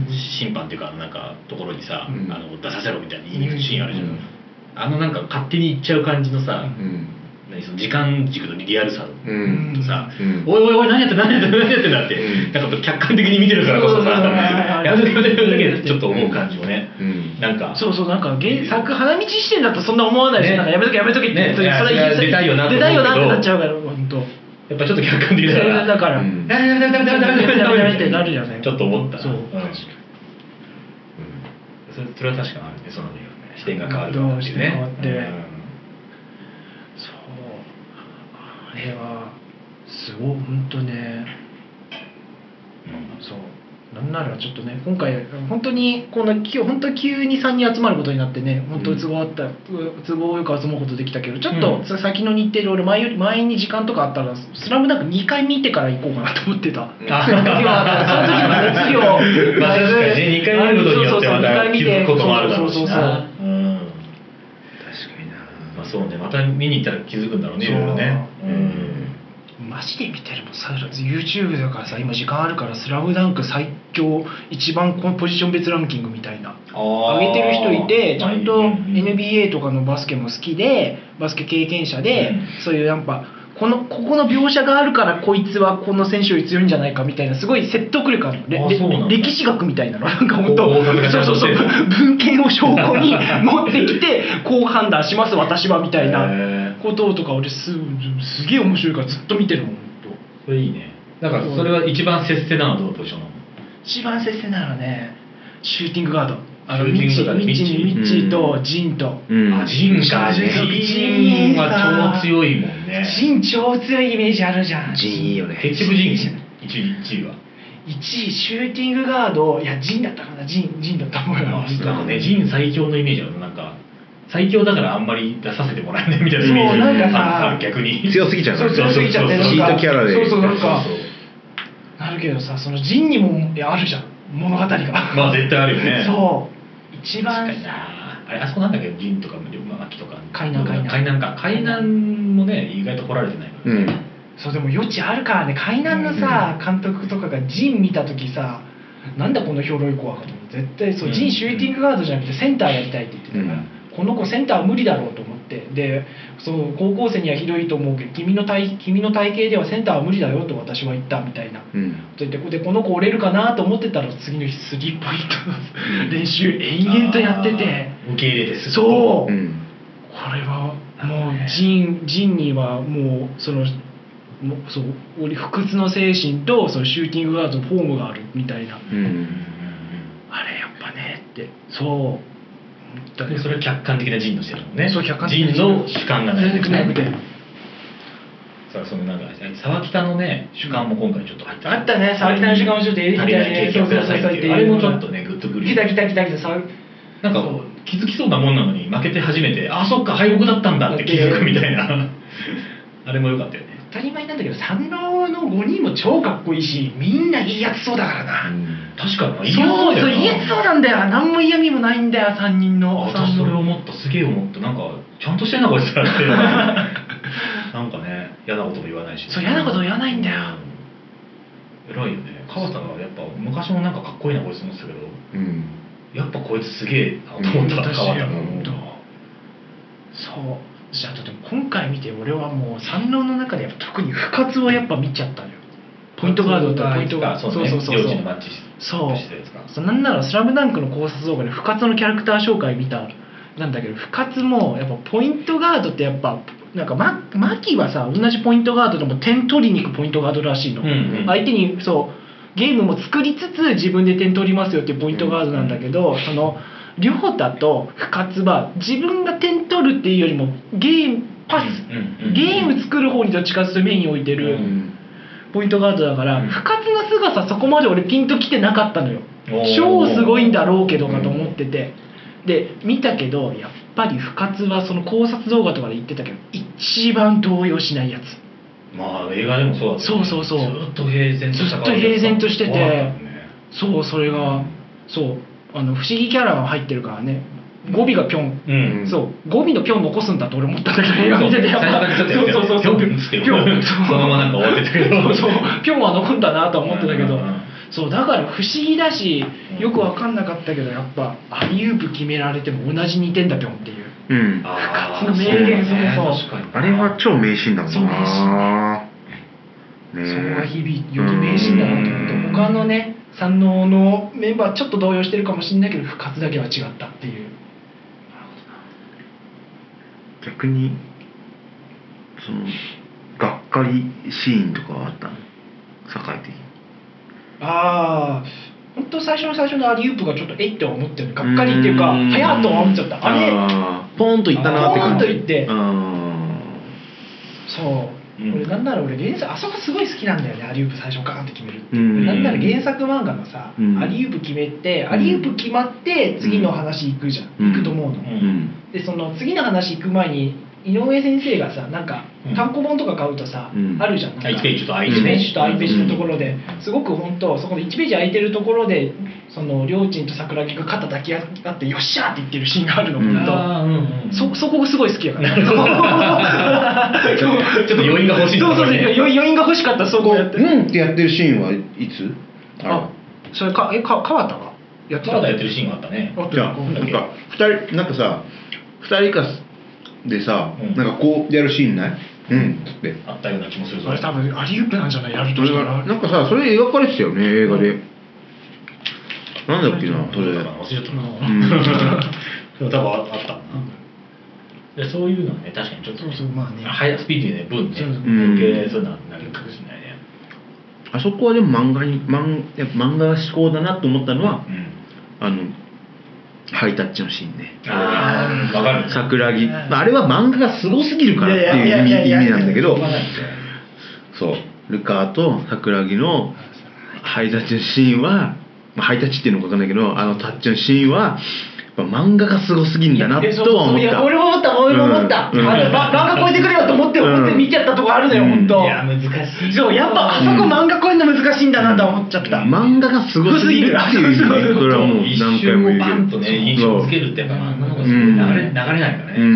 審判っていうかなんかところにさ、うん、あの出させろみたいな言いに行くシーンあるじゃん、うん、あのなんか勝手に行っちゃう感じのさ、うん、何その時間軸のリアルさとさ、うん、おいおいおい何やってん何やってん何やってんだって、うん、なんか客観的に見てるからこそさ、やめてやめてやめてってちょっと思う感じもね、うん、なんかそうそうなんか原作花道視点だとそんな思わないし、ね、なんかやめとけやめとけって、ね、それ出たいよな出たいよなってなっちゃうから本当。 やっぱちょっと客観的だから。 だから、やめやめやめやめやめやめやめってなるじゃない。 ちょっと思った。 そう。確かに。 それは確かにあるね。その視点が変わるか視点変わって。そう。あれはすごい本当ね。 そうなんならちょっとね今回本当にこのき本当急にさんにん集まることになってね本当都合あった、うん、都合よく集まることできたけどちょっと先の日程で俺前より前に時間とかあったらスラムダンクにかい見てから行こうかなと思ってた。その時はその時の熱量まあ確かにねにかい見ることによってまた気づくこともあるだろうしな。 そうそうそうそう、 確かにな。 まあそうねまた見に行ったら気づくんだろうねいろいろね。うんマジで見てるもんさ YouTube だからさ今時間あるから「スラムダンク最強一番ポジション別ランキング」みたいな上げてる人いてちゃんと エヌビーエー とかのバスケも好きでバスケ経験者で、うん、そういうやっぱこのここの描写があるからこいつはこの選手より強いんじゃないかみたいなすごい説得力あるの歴史学みたいなのなんか本当そうそうそう文献を証拠に持ってきてこう判断します私はみたいなこととか俺すすげえ面白いからずっと見てるもん。 それいいね。だからそれは一番接戦なのはどのポジションなの？ 一番接戦なのはねシューティングガードあのミッチーミッチーミッチーとジンと、 うん、あジンかジンは超強いもんね。 ジン超強いイメージあるじゃん。 ジンいいよね。 結局ジンいちいはいちいシューティングガードいやジンだったかなジンジンだったと思うよ。 なんかねジン最強のイメージあるなんか最強だからあんまり出させてもらえないみたいなイメージ。 そうなんかさある逆に強すぎちゃう。 そう強すぎちゃってヒートキャラでそうそうなんかなるけどさそのジンにもいやあるじゃん物語が。 まあ絶対あるよね。 そう一番さあれあそこなんだっけどジンとかマキとか海南海南海南か海南もね意外と掘られてないからね。 うんそうでも余地あるからね海南のさ監督とかがジン見た時さなんだこのひょろい子はと思って絶対そうジンシューティングガードじゃなくてセンターやりたいって言ってたから、うん、この子センター無理だろうと思ってでそう高校生にはひどいと思うけど君の 体, 君の体型ではセンターは無理だよと私は言ったみたいな、うん、と言ってでこの子折れるかなと思ってたら次の日スリーポイントの練習延々とやってて受け入れてすそう、うん、これはもうジンジンにはもうそのもうそう不屈の精神とそのシューティングガードのフォームがあるみたいな、うん、あれやっぱねってそうでそれは客観的なジンの視点なのね。 そう客観的なジンの主観がない全然なくてさあそのなんか沢北のね主観も今回ちょっと入ってあったね沢北の主観もちょっとやりたいねそうそうそうそうあれもちょっとねグッとくる来た来た来た来たなんか気づきそうなもんなのに負けて初めてあそっか敗北だったんだって気づくみたいなあれも良かったよね。 当たり前なんだけど三郎のごにんも超かっこいいしみんないいやつそうだからな、うん、 確かにそうそういいやつそうなんだよ何も嫌味もないんだよさんにんの。 私それ思ったすげえ思ったなんかちゃんとしてんなこいつらってなんかね嫌なことも言わないし、ね、 そう嫌なこと言わないんだよ、 うん、偉いよね。川田がやっぱ昔もなんかかっこいいなこいつ思ってたけど、うん、やっぱこいつすげえなと思った、うん、川田がそうじゃあでも今回見て俺はもう三郎の中でやっぱ特に不活をやっぱ見ちゃったのよ。ポイントガードとポイントガードそうそうそうそうそうなんならスラムダンクの考察動画で不活のキャラクター紹介見たなんだけど不活もやっぱポイントガードってやっぱなんかママキはさ同じポイントガードでも点取りに行くポイントガードらしいの、うんうん、相手にそうゲームも作りつつ自分で点取りますよっていうポイントガードなんだけど、うんうん、その亮太と不活は自分が点取るっていうよりもゲームパス、うんうん、ゲーム作る方にどっちかというとメインを置いてるポイントガードだから、うん、不活の姿そこまで俺ピンときてなかったのよ。超すごいんだろうけどかと思ってて、うん、で見たけどやっぱり不活はその考察動画とかで言ってたけど一番動揺しないやつ。 まあ映画でもそうだったね。そうそうそう。 ずっと平然とした顔でずっと平然としてて、ね、そうそれがそうあの不思議キャラが入ってるからね。語尾がピョン、うん、そう語尾のピョン残すんだと俺思ったんだけど映画見ててやっぱそうそうそうそうピョンピョンそのままなんか終わってたけどそうそうピョンは残るんだなと思ってたけど、そうだから不思議だしよく分かんなかったけどやっぱアリウープ決められても同じにてんだピョンっていう、うん、不活の名言そうそうあれは超名シーンだもんな。 そう名シーン、ね、それが日々より名シーンだなと思って他のね三能のメンバーちょっと動揺してるかもしれないけど不活だけは違ったっていう。 逆にそのがっかりシーンとかはあったの堺的に。 ああ本当最初の最初のアリウープがちょっとえって思ってるがっかりっていうか早っと思っちゃったあれあポーンといったなって感じ。 ポーンといってそううん、 俺なんなら俺原作あそこすごい好きなんだよね、アリウープ最初ガーンって決めるって、 うん、 なんなら原作漫画のさ、うん、アリウープ決めて、アリウープ決まって次の話行くじゃん、うん、行くと思うの、うん、でその次の話行く前に井上先生がさ、なんか単行本とか買うとさ、うん、あるじゃん、なんかいちページと I ページと I ページのところで、すごく本当そこのいちページ空いてるところでそのりょーちんと桜木が肩抱き合ってよっしゃーって言ってるシーンがあるの、本当、うん、そそこがすごい好きやからちょっと余韻が欲しい、 そうそうそう、余韻が欲しかった、そこやってうんってやってるシーンはいつ？ あ、それかえか川田がやってた、川田やってるシーンがあったね。 じゃあなんかふたりなんかさふたりかでさ、うん、なんかこうやるシーンない？うんっつってあったような気もするぞ。 あれ多分アリウープなんじゃない、やるとしたら。 なんかさそれ描かれてたよね、映画で、うん、なんだっけな、それ忘れちゃったな、うん、でも多分あったな、うん、でそういうのはね、確かにちょっとね、そうそう、まあね、ハイスピーディーで分ね、余計そういうのはなるかもしれないね。 あそこはでも漫画に漫やっぱ漫画志向だなと思ったのは、うん、あのハイタッチのシーンね。 ああ、わかる。 桜木、あれは漫画がすごすぎるからっていう意味、意味なんだけど、そうルカーと桜木のハイタッチのシーンは、まあ、ハイタッチっていうのか分かんないけど、あのタッチのシーンは漫画がすごすぎんだなとは思った。いや俺も思った俺も思った、うん、あの漫画超えてくれよと思って思って見ちゃったとこあるのよ、うん、本当。 いや難しい。 そうやっぱあそこ漫画超えるの難しいんだなと思っちゃった、 うん、漫画がすごすぎるっていうね、それはもう何回も言うけど、一瞬をバンとね印象つけるってやっぱ漫画の方がすごい流れ、流れないからね、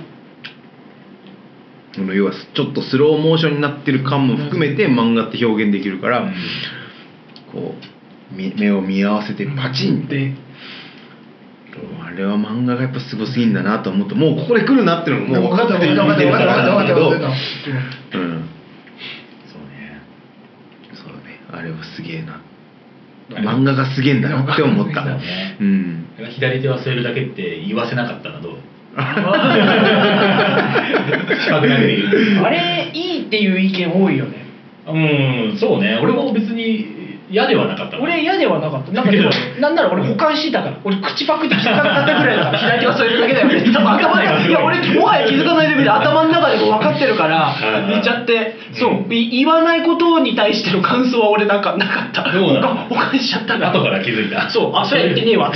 うん、要はちょっとスローモーションになってる感も含めて漫画って表現できるから、うん、こう目を見合わせてパチンって、あれは漫画がやっぱすごすぎんだなと思って、もうここで来るなっていうのももう分かってる分かってる分かってる分かってる分かってる、うん、そうね、 そうね、あれはすげえな、漫画がすげえんだなって思った、ね、うん、 左手は添えるだけって言わせなかったらどう？あれいいっていう意見多いよね。 うん、そうね、俺も別に嫌ではなかった。 俺嫌ではなかった。なんかなんなら俺保管してたから。俺口パクって気づかなかったぐらいだから。左手は添えるだけだよね。多分頭でいや俺もはや気づかないレベルで頭の中でも分かってるから言っちゃって、そう言わないことに対しての感想は俺なんかなかった。保管しちゃったから。 後から気づいた。 そう、あ、それ言ってねえわって。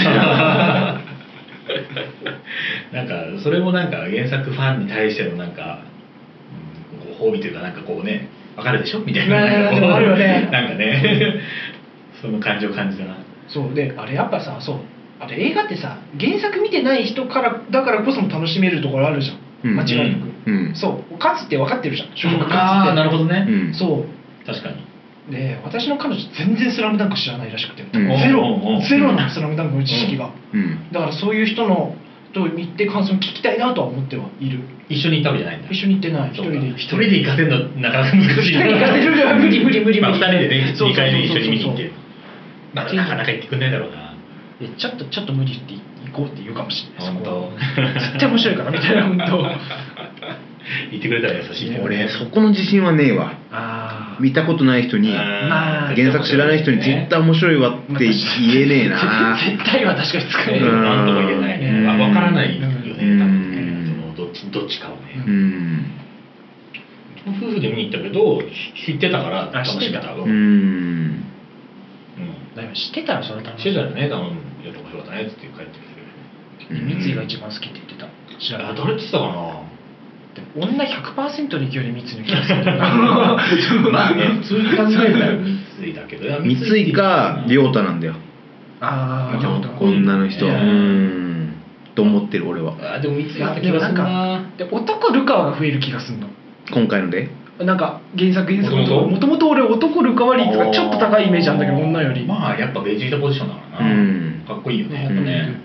なんかそれもなんか原作ファンに対してのなんか、うん、ご褒美というかなんかこうね。わかるでしょみたいな、 あるよね、 なんかねその感情を感じたな。 そうで、あれやっぱさ、そうあれ映画ってさ、原作見てない人からだからこそも楽しめるところあるじゃん、間違いなく、うんうん、そう勝つって分かってるじゃん、 勝負が勝つって、ああなるほどね、 うん、そう確かに。 で私の彼女全然スラムダンク知らないらしくて、うん、ゼロゼロなスラムダンクの知識が、うん、だからそういう人のと見て感想を聞きたいなとは思ってはいる。 一緒に行ったわけじゃないんだ。 一緒に行ってない。一人で一人で行かせるのなかなか難しい。 一人で行かせるのは無理無理無理無理。 まあ二人でね、にかいめ一緒に見に行って。まあなかなか行ってくんないだろうな。 いやちょっとちょっと無理って行こうって言うかもしれない。本当。絶対面白いからみたいな本当。 言ってくれたら優しいね。 俺そこの自信はねえわ。あ見たことない人に、原作知らない人に絶対面白いわって言えねえな。 絶対は確かに使えない。なんとも言えないね。わからないよね。多分ね。そのどっちどっちかをね。うん。夫婦で見に行ったけど知ってたから楽しめた。うん。 だから知ってたらそれ楽しい。知ってたらね、多分いや面白かったねって帰ってきてる。三井が一番好きって言ってた。 知らない。誰って言ってたかな。 女 ひゃくパーセント の勢いで三井の気がするまあね、普通に考えたら三井だけど、 三井か亮太なんだよ。 ああ、亮太女の人うんと思ってる俺は。 あでも三井だった気がするな。 で男ルカワが増える気がするの今回ので。 なんか原作原作もともと俺男ルカワ率がちょっと高いイメージなんだけど女より。 まあやっぱベジータポジションだからな。かっこいいよねやっぱね。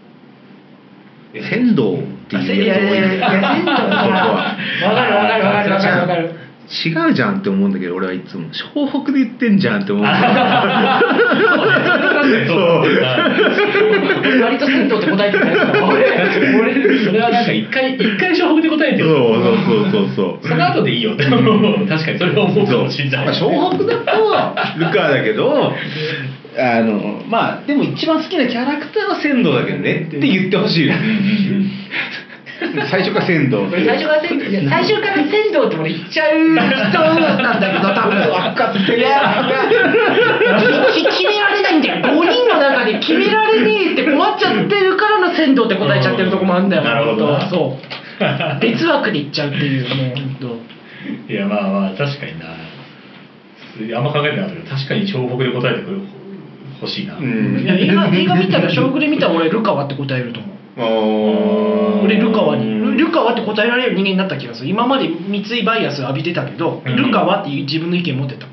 仙道っていうやつ多いんだよ。 仙道はわかるわかるわかるわかるわかる。 違うじゃんって思うんだけど俺はいつも湘北で言ってんじゃんって思う。そう割と仙道って答えてたやつだ。俺それはなんか一回一回湘北で答えてる。 そうそうそうそう。 その後でいいよって。確かにそれは思うかもしれない。 湘北だとルカだけど。あのまあでも一番好きなキャラクターは仙道だけどねって言ってほしいよ。 最初から仙道最初から仙道いや最初から仙道って俺言っちゃう人なんだけど多分分かってるいや決められないんだよごにんの中で決められねえって困っちゃってるからの仙道って答えちゃってるとこもあるんだよ。 なるほどそう別枠でいっちゃうっていうもう本当いやまあまあ確かになあんま考えてなかったけど確かに彫刻で答えてくる欲しいな、うん、 いや映画映画見たら小学で見たら俺ルカワって答えると思う。あ俺ルカワにルカワって答えられる人間になった気がする。今まで三井バイアス浴びてたけど、うん、ルカワっていう自分の意見持ってた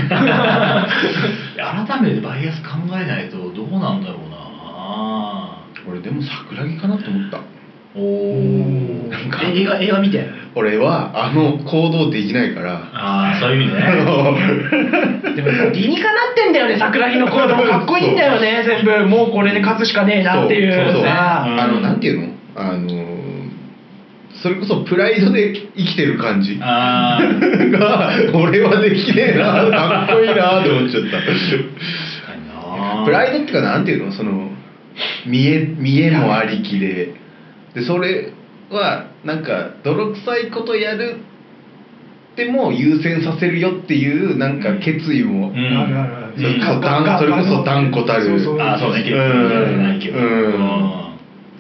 改めてバイアス考えないとどうなんだろうな。 俺でも桜木かなと思った。 おお。 なんか映画映画見て。 俺はあの行動できないから。 ああそういう意味ね。 でも理にかなってんだよね桜木の行動かっこいいんだよね全部もうこれで勝つしかねえなっていうさ。 そうそうそうあのなんていうのあのそれこそプライドで生きてる感じあが俺はできねえなかっこいいなって思っちゃった。確かにな。プライドっていうかなんていうのその見え見えもありきででそれはなんか泥臭いことやるっても優先させるよっていうなんか決意も、うん、あるあるあるそれこそ断それこそ断固たるそうそうあそうね結構ないけど、うんうん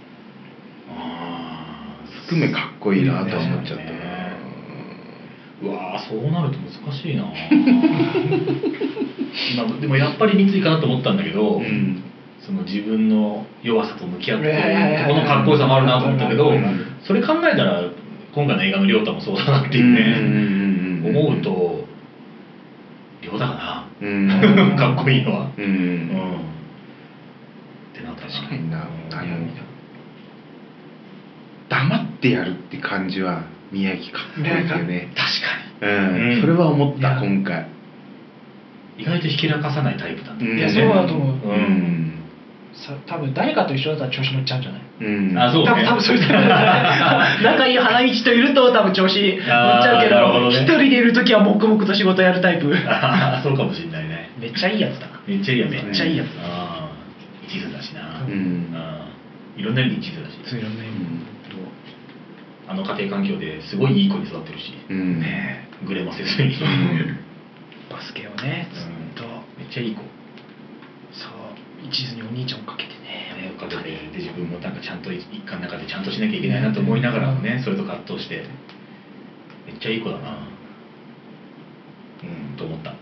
含めかっこいいなと思っちゃったな。 うわーそうなると難しいな今でもやっぱり三井かなと思ったんだけど、うん、その自分の弱さと向き合ってこのかっこよさもあるなと思ったけどそれ考えたら今回の映画の亮太もそうだなっていうね思うと亮太かな、うん、かっこいいのは、うんうん、ってなったな。 確かになあの黙ってやるって感じは宮城かっこいいですよね。 確かに、うんうん、それは思った今回意外とひけらかさないタイプだった、 うん、いやそうだと思う、うん、さ多分誰かと一緒だったら調子乗っちゃうんじゃない、うん、あそうね多分多分そういう仲いい花道といると多分調子乗っちゃうけど一、ね、人でいる時は黙々と仕事やるタイプあそうかもしれないね。 めっちゃいいやつだな。 めっちゃいいやつ、 ね、めっちゃいいやつだあ一途だしな、うん、あいろんな意味で一途だしそういろんな意味、うんあの家庭環境ですごいいい子に育ってるし、うんね、グレもせずに、うん、 バスケをねずっと、うん、 めっちゃいい子そう一途にお兄ちゃんをかけてねねかけてで自分もなんかちゃんと一家の中でちゃんとしなきゃいけないなと思いながらもね、うん、それと葛藤してめっちゃいい子だなうんと思った、うん、い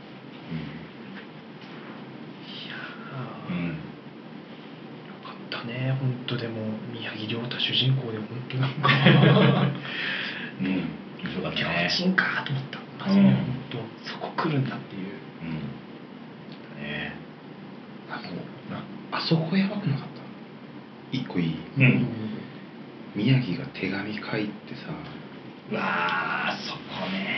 やー、うんだね、本当でも宮城亮太主人公で本当なんかうん面白かったね。 強靭かと思ったマジで、うん、本当そこ来るんだっていう、うんね、あのあそこやばくなかった一個いい、うん、宮城が手紙書いてさうわーそこね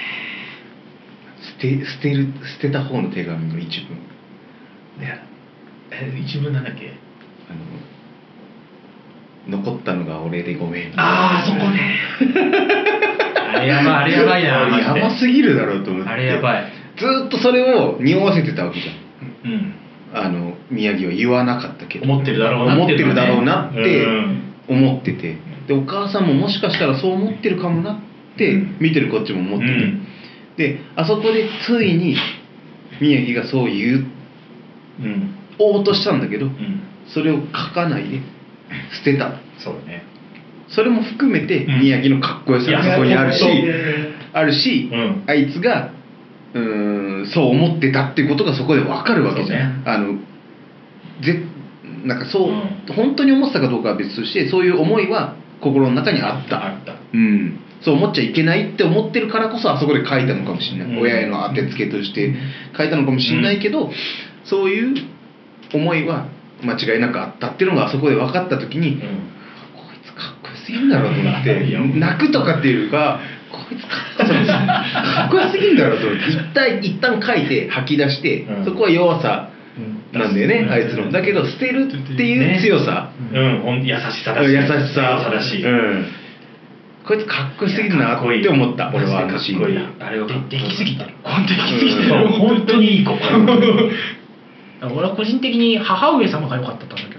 捨て捨てる捨てた方の手紙の一文いやえ一文なんだっけあの残ったのが俺でごめん。 ああそこねあれやばいあれやばいなやばすぎるだろうと思ってあれやばいずっとそれを匂わせてたわけじゃん、うん、あの宮城は言わなかったけど思ってるだろうな思ってるだろうなって思っててでお母さんももしかしたらそう思ってるかもなって見てるこっちも思ってて、うん、であそこでついに宮城がそう言う、うん、おうとしたんだけど、うんそれを書かないで捨てた。 そうだね。 それも含めて宮城のかっこよさがそこにあるし、あるし、うん、あいつがうーんそう思ってたっていうことがそこで分かるわけじゃん。ね、あのぜなんかそう、うん、本当に思ってたかどうかは別としてそういう思いは心の中にあった。あった。うん。そう思っちゃいけないって思ってるからこそあそこで書いたのかもしれない。うん、親への当てつけとして書いたのかもしれないけど、うん、そういう思いは間違いなくあったっていうのがあそこで分かった時に、うん、こいつかっこよすぎんだろうと思って泣くとかっていうかこいつかっこよすぎんだろうと思って一旦一旦書いて吐き出して、うん、そこは弱さなんだよね、うん、あいつのだけど捨てるっていう強さ、 ねうん、優しさだし、 優しさだし、 うん、こいつかっこよすぎるなって思った俺はあのシーンあれはできすぎてる本当にできすぎてる本当にいい子俺は個人的に母上様が良かったんだけど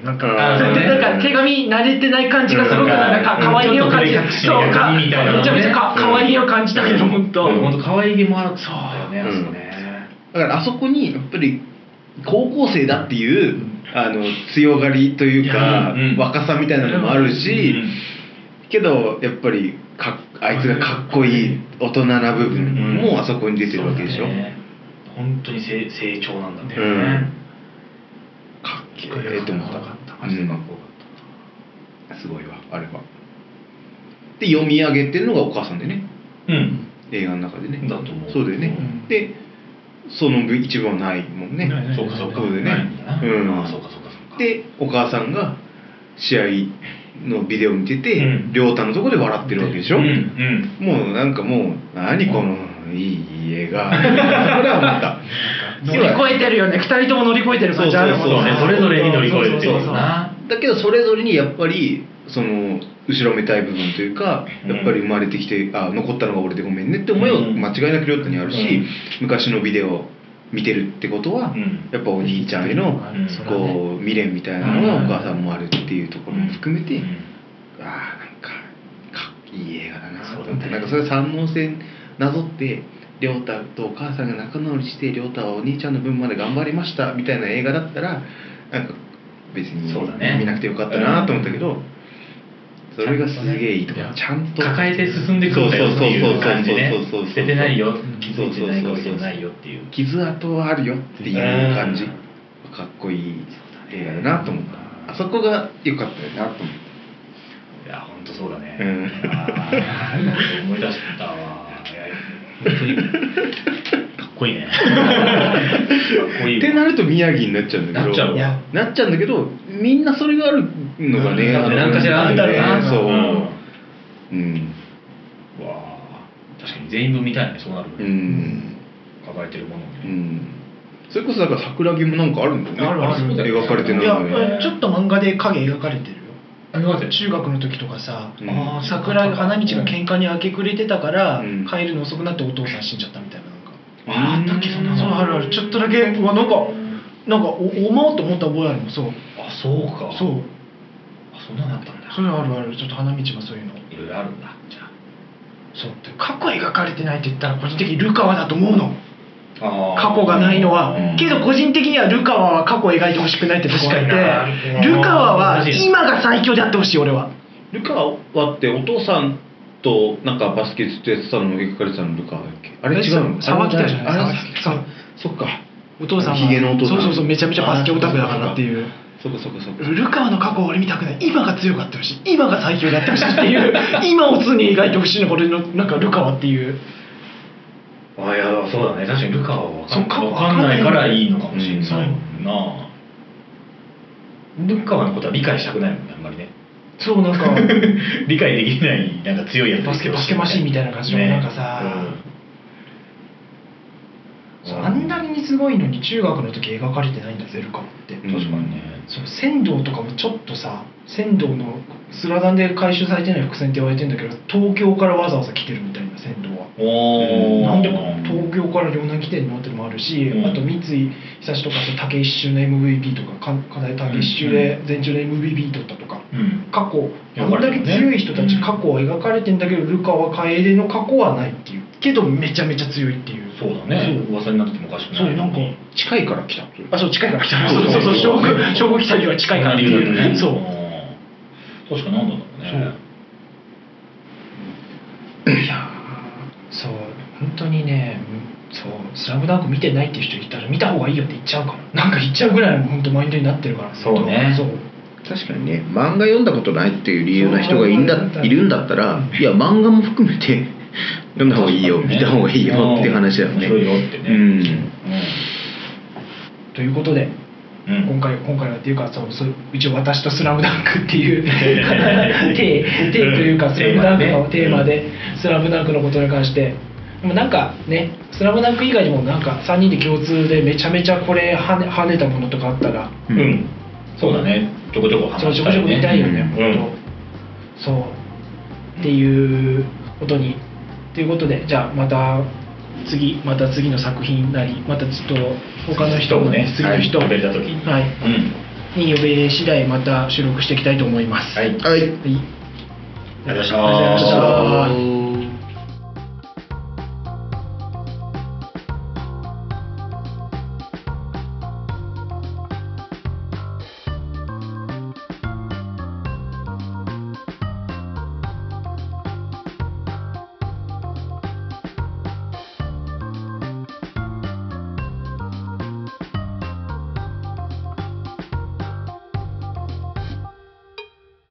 よ。なんかあーねなんか手紙慣れてない感じがすごくなんか可愛げを感じる。そうか、めちゃめちゃか可愛げを感じたけど本当。 本当可愛げもあるんだよね、あそこね。 だからあそこにやっぱり高校生だっていうあの強がりというか、 うん、 若さみたいなのもあるし、うん、けどやっぱりかあいつがかっこいい大人な部分もあそこに出てるわけでしょ。 ね、本当に 成, 成長なんだね、うん、 かっけえと思った。マジでかっこよかった。すごいわあれは。で読み上げてるのがお母さんでね、 うん、 映画の中でね。 だと思う。 そうだよね、うん、でその一部はないもんね。 そうかそうか。 そうでね。うん。そうかそうかそうか。でお母さんが試合のビデオ見てて、亮太のとこで笑ってるわけでしょ。うんうん、もうなんかもう何このいい映画。それは思った。 乗り越えてるよね。二人とも乗り越えてる感じあるもんね。 それぞれに乗り越えてるよな。 だけどそれぞれにやっぱりその後ろめたい部分というか、やっぱり生まれてきてあ残ったのが俺でごめんねって思いは間違いなく亮太にあるし、うん、昔のビデオ見てるってことは、うん、やっぱお兄ちゃんへの、うん、こう未練みたいなのがお母さんもあるっていうところも含めて、うん、ああなんかかいい映画だなと思って、なんかそれ三能線なぞって亮太とお母さんが仲直りして亮太はお兄ちゃんの分まで頑張りましたみたいな映画だったらなんか別に見なくてよかったなと思ったけど、それがすげえいいとかちゃんと抱えて進んでくるんだよっていう感じね。捨ててないよ、傷ついてないわけじゃないよっていう、 傷跡はあるよっていう感じ、かっこいい映画だなと思った。あそこが良かったよなと思った。 いや本当そうだね、うん、あ思い出したわ。本当にかっこいいね。かっこいいってなると宮城になっちゃうんだけど、なっちゃうなっちゃうんだけど、みんなそれがあるのがね、 なんかしらあるんだろうな。 そう、うん、 わあ確かに全員分見たいね。そうなる、うん、抱えてるものをね、 うん、それこそだから桜木もなんかあるんだよね。 あるある描かれてないのに。いやちょっと漫画で影描かれてるよ。中学の時とかさ、 うん、 あ桜木花道が喧嘩に明け暮れてたから、うん、帰るの遅くなってお父さん死んじゃったみたいな。なんかああったっけ、そんなの。そうあるある。ちょっとだけうわなんかなんかお思うと思った覚えあるもん。そうあそうか。 そうあそんなのあったんだ。 それあるある。ちょっと花道がそういうのいろいろあるんだ。じゃあそうって過去描かれてないって言ったら個人的にルカワだと思うの。過去がないのは、うん、けど個人的にはルカワは過去を描いてほしくないってとこがあって、ルカワは今が最強であってほしい。俺はルカワってお父さんとなんかバスケずっとやってたのを描かれてたのルカワだっけ。あれ違うの。 沢北じゃない。 あれそっか。 お父さんがヒゲのお父さん。 そうそうそうめちゃめちゃバスケオタクだからっていう。 そっかそっかそっか。 ルカワの過去を俺見たくない。今が強かってほしい。今が最強であってほしいっていう今を常に描いてほしいのが俺のなんかルカワっていう。 あいやそうだね。確かにルカワは分かんないからいいのかもしれないな。ルカワのことは理解したくないもんねあんまりね。 そうなんか理解できないなんか強いやつバスケバスケマシンみたいな感じの、ね、なんかさ、うん、そうあんなにすごいのに中学の時描かれてないんだぜルカワって。 確かにね。 そう仙道とかもちょっとさ仙道のスラダンで回収されてない伏線って言われてるんだけど東京からわざわざ来てるみたいな仙道は。 おなんで東京から両南来てるのってのもあるし、うん、あと三井久志とか竹一周の エムブイピー とか金井竹一周で全中の エムブイピー 取ったとか、うん、過去あんだけ強い人たち過去は描かれてんだけどルカワ楓の過去はないっていうけどめちゃめちゃ強いっていう。 そうだね。噂になっててもおかしくない。 そうなんか近いから来た。 あそう近いから来た。そうそうそう将軍将軍来たには近いからっていうね。そう。 確かなんだろうね。 いやそう本当にねそうスラムダンク見てないっていう人いたら見た方がいいよって言っちゃうから。なんか言っちゃうぐらいの本当マインドになってるから。 そうね。 そう。 確かにね漫画読んだことないっていう理由な人がいるんだいるんだったらいや漫画も含めて読んだ方がいいよ、ね、見た方がいいよっていう話だよね。 面白いよってね、うんうん、ということで、うん、今回今回はっていうかそうそう一応私とスラムダンクっていうテーというかスラムダンクのテーマでスラムダンクのことに関してでもなんかねスラムダンク以外にもなんかさんにんで共通でめちゃめちゃこれ跳ね、跳ねたものとかあったらうん、うん、そうだねちょこちょこ話したいね。 ちょこちょこ見たいよね、 うん、 本当そうっていうことにということでじゃあまた次また次の作品なりまたちょっと他の人もね次の人はい、食べれた時にはい、 うん、 に呼べ次第また収録していきたいと思います。 はい、 はい、 ありがとうございました。 ありがとうございました。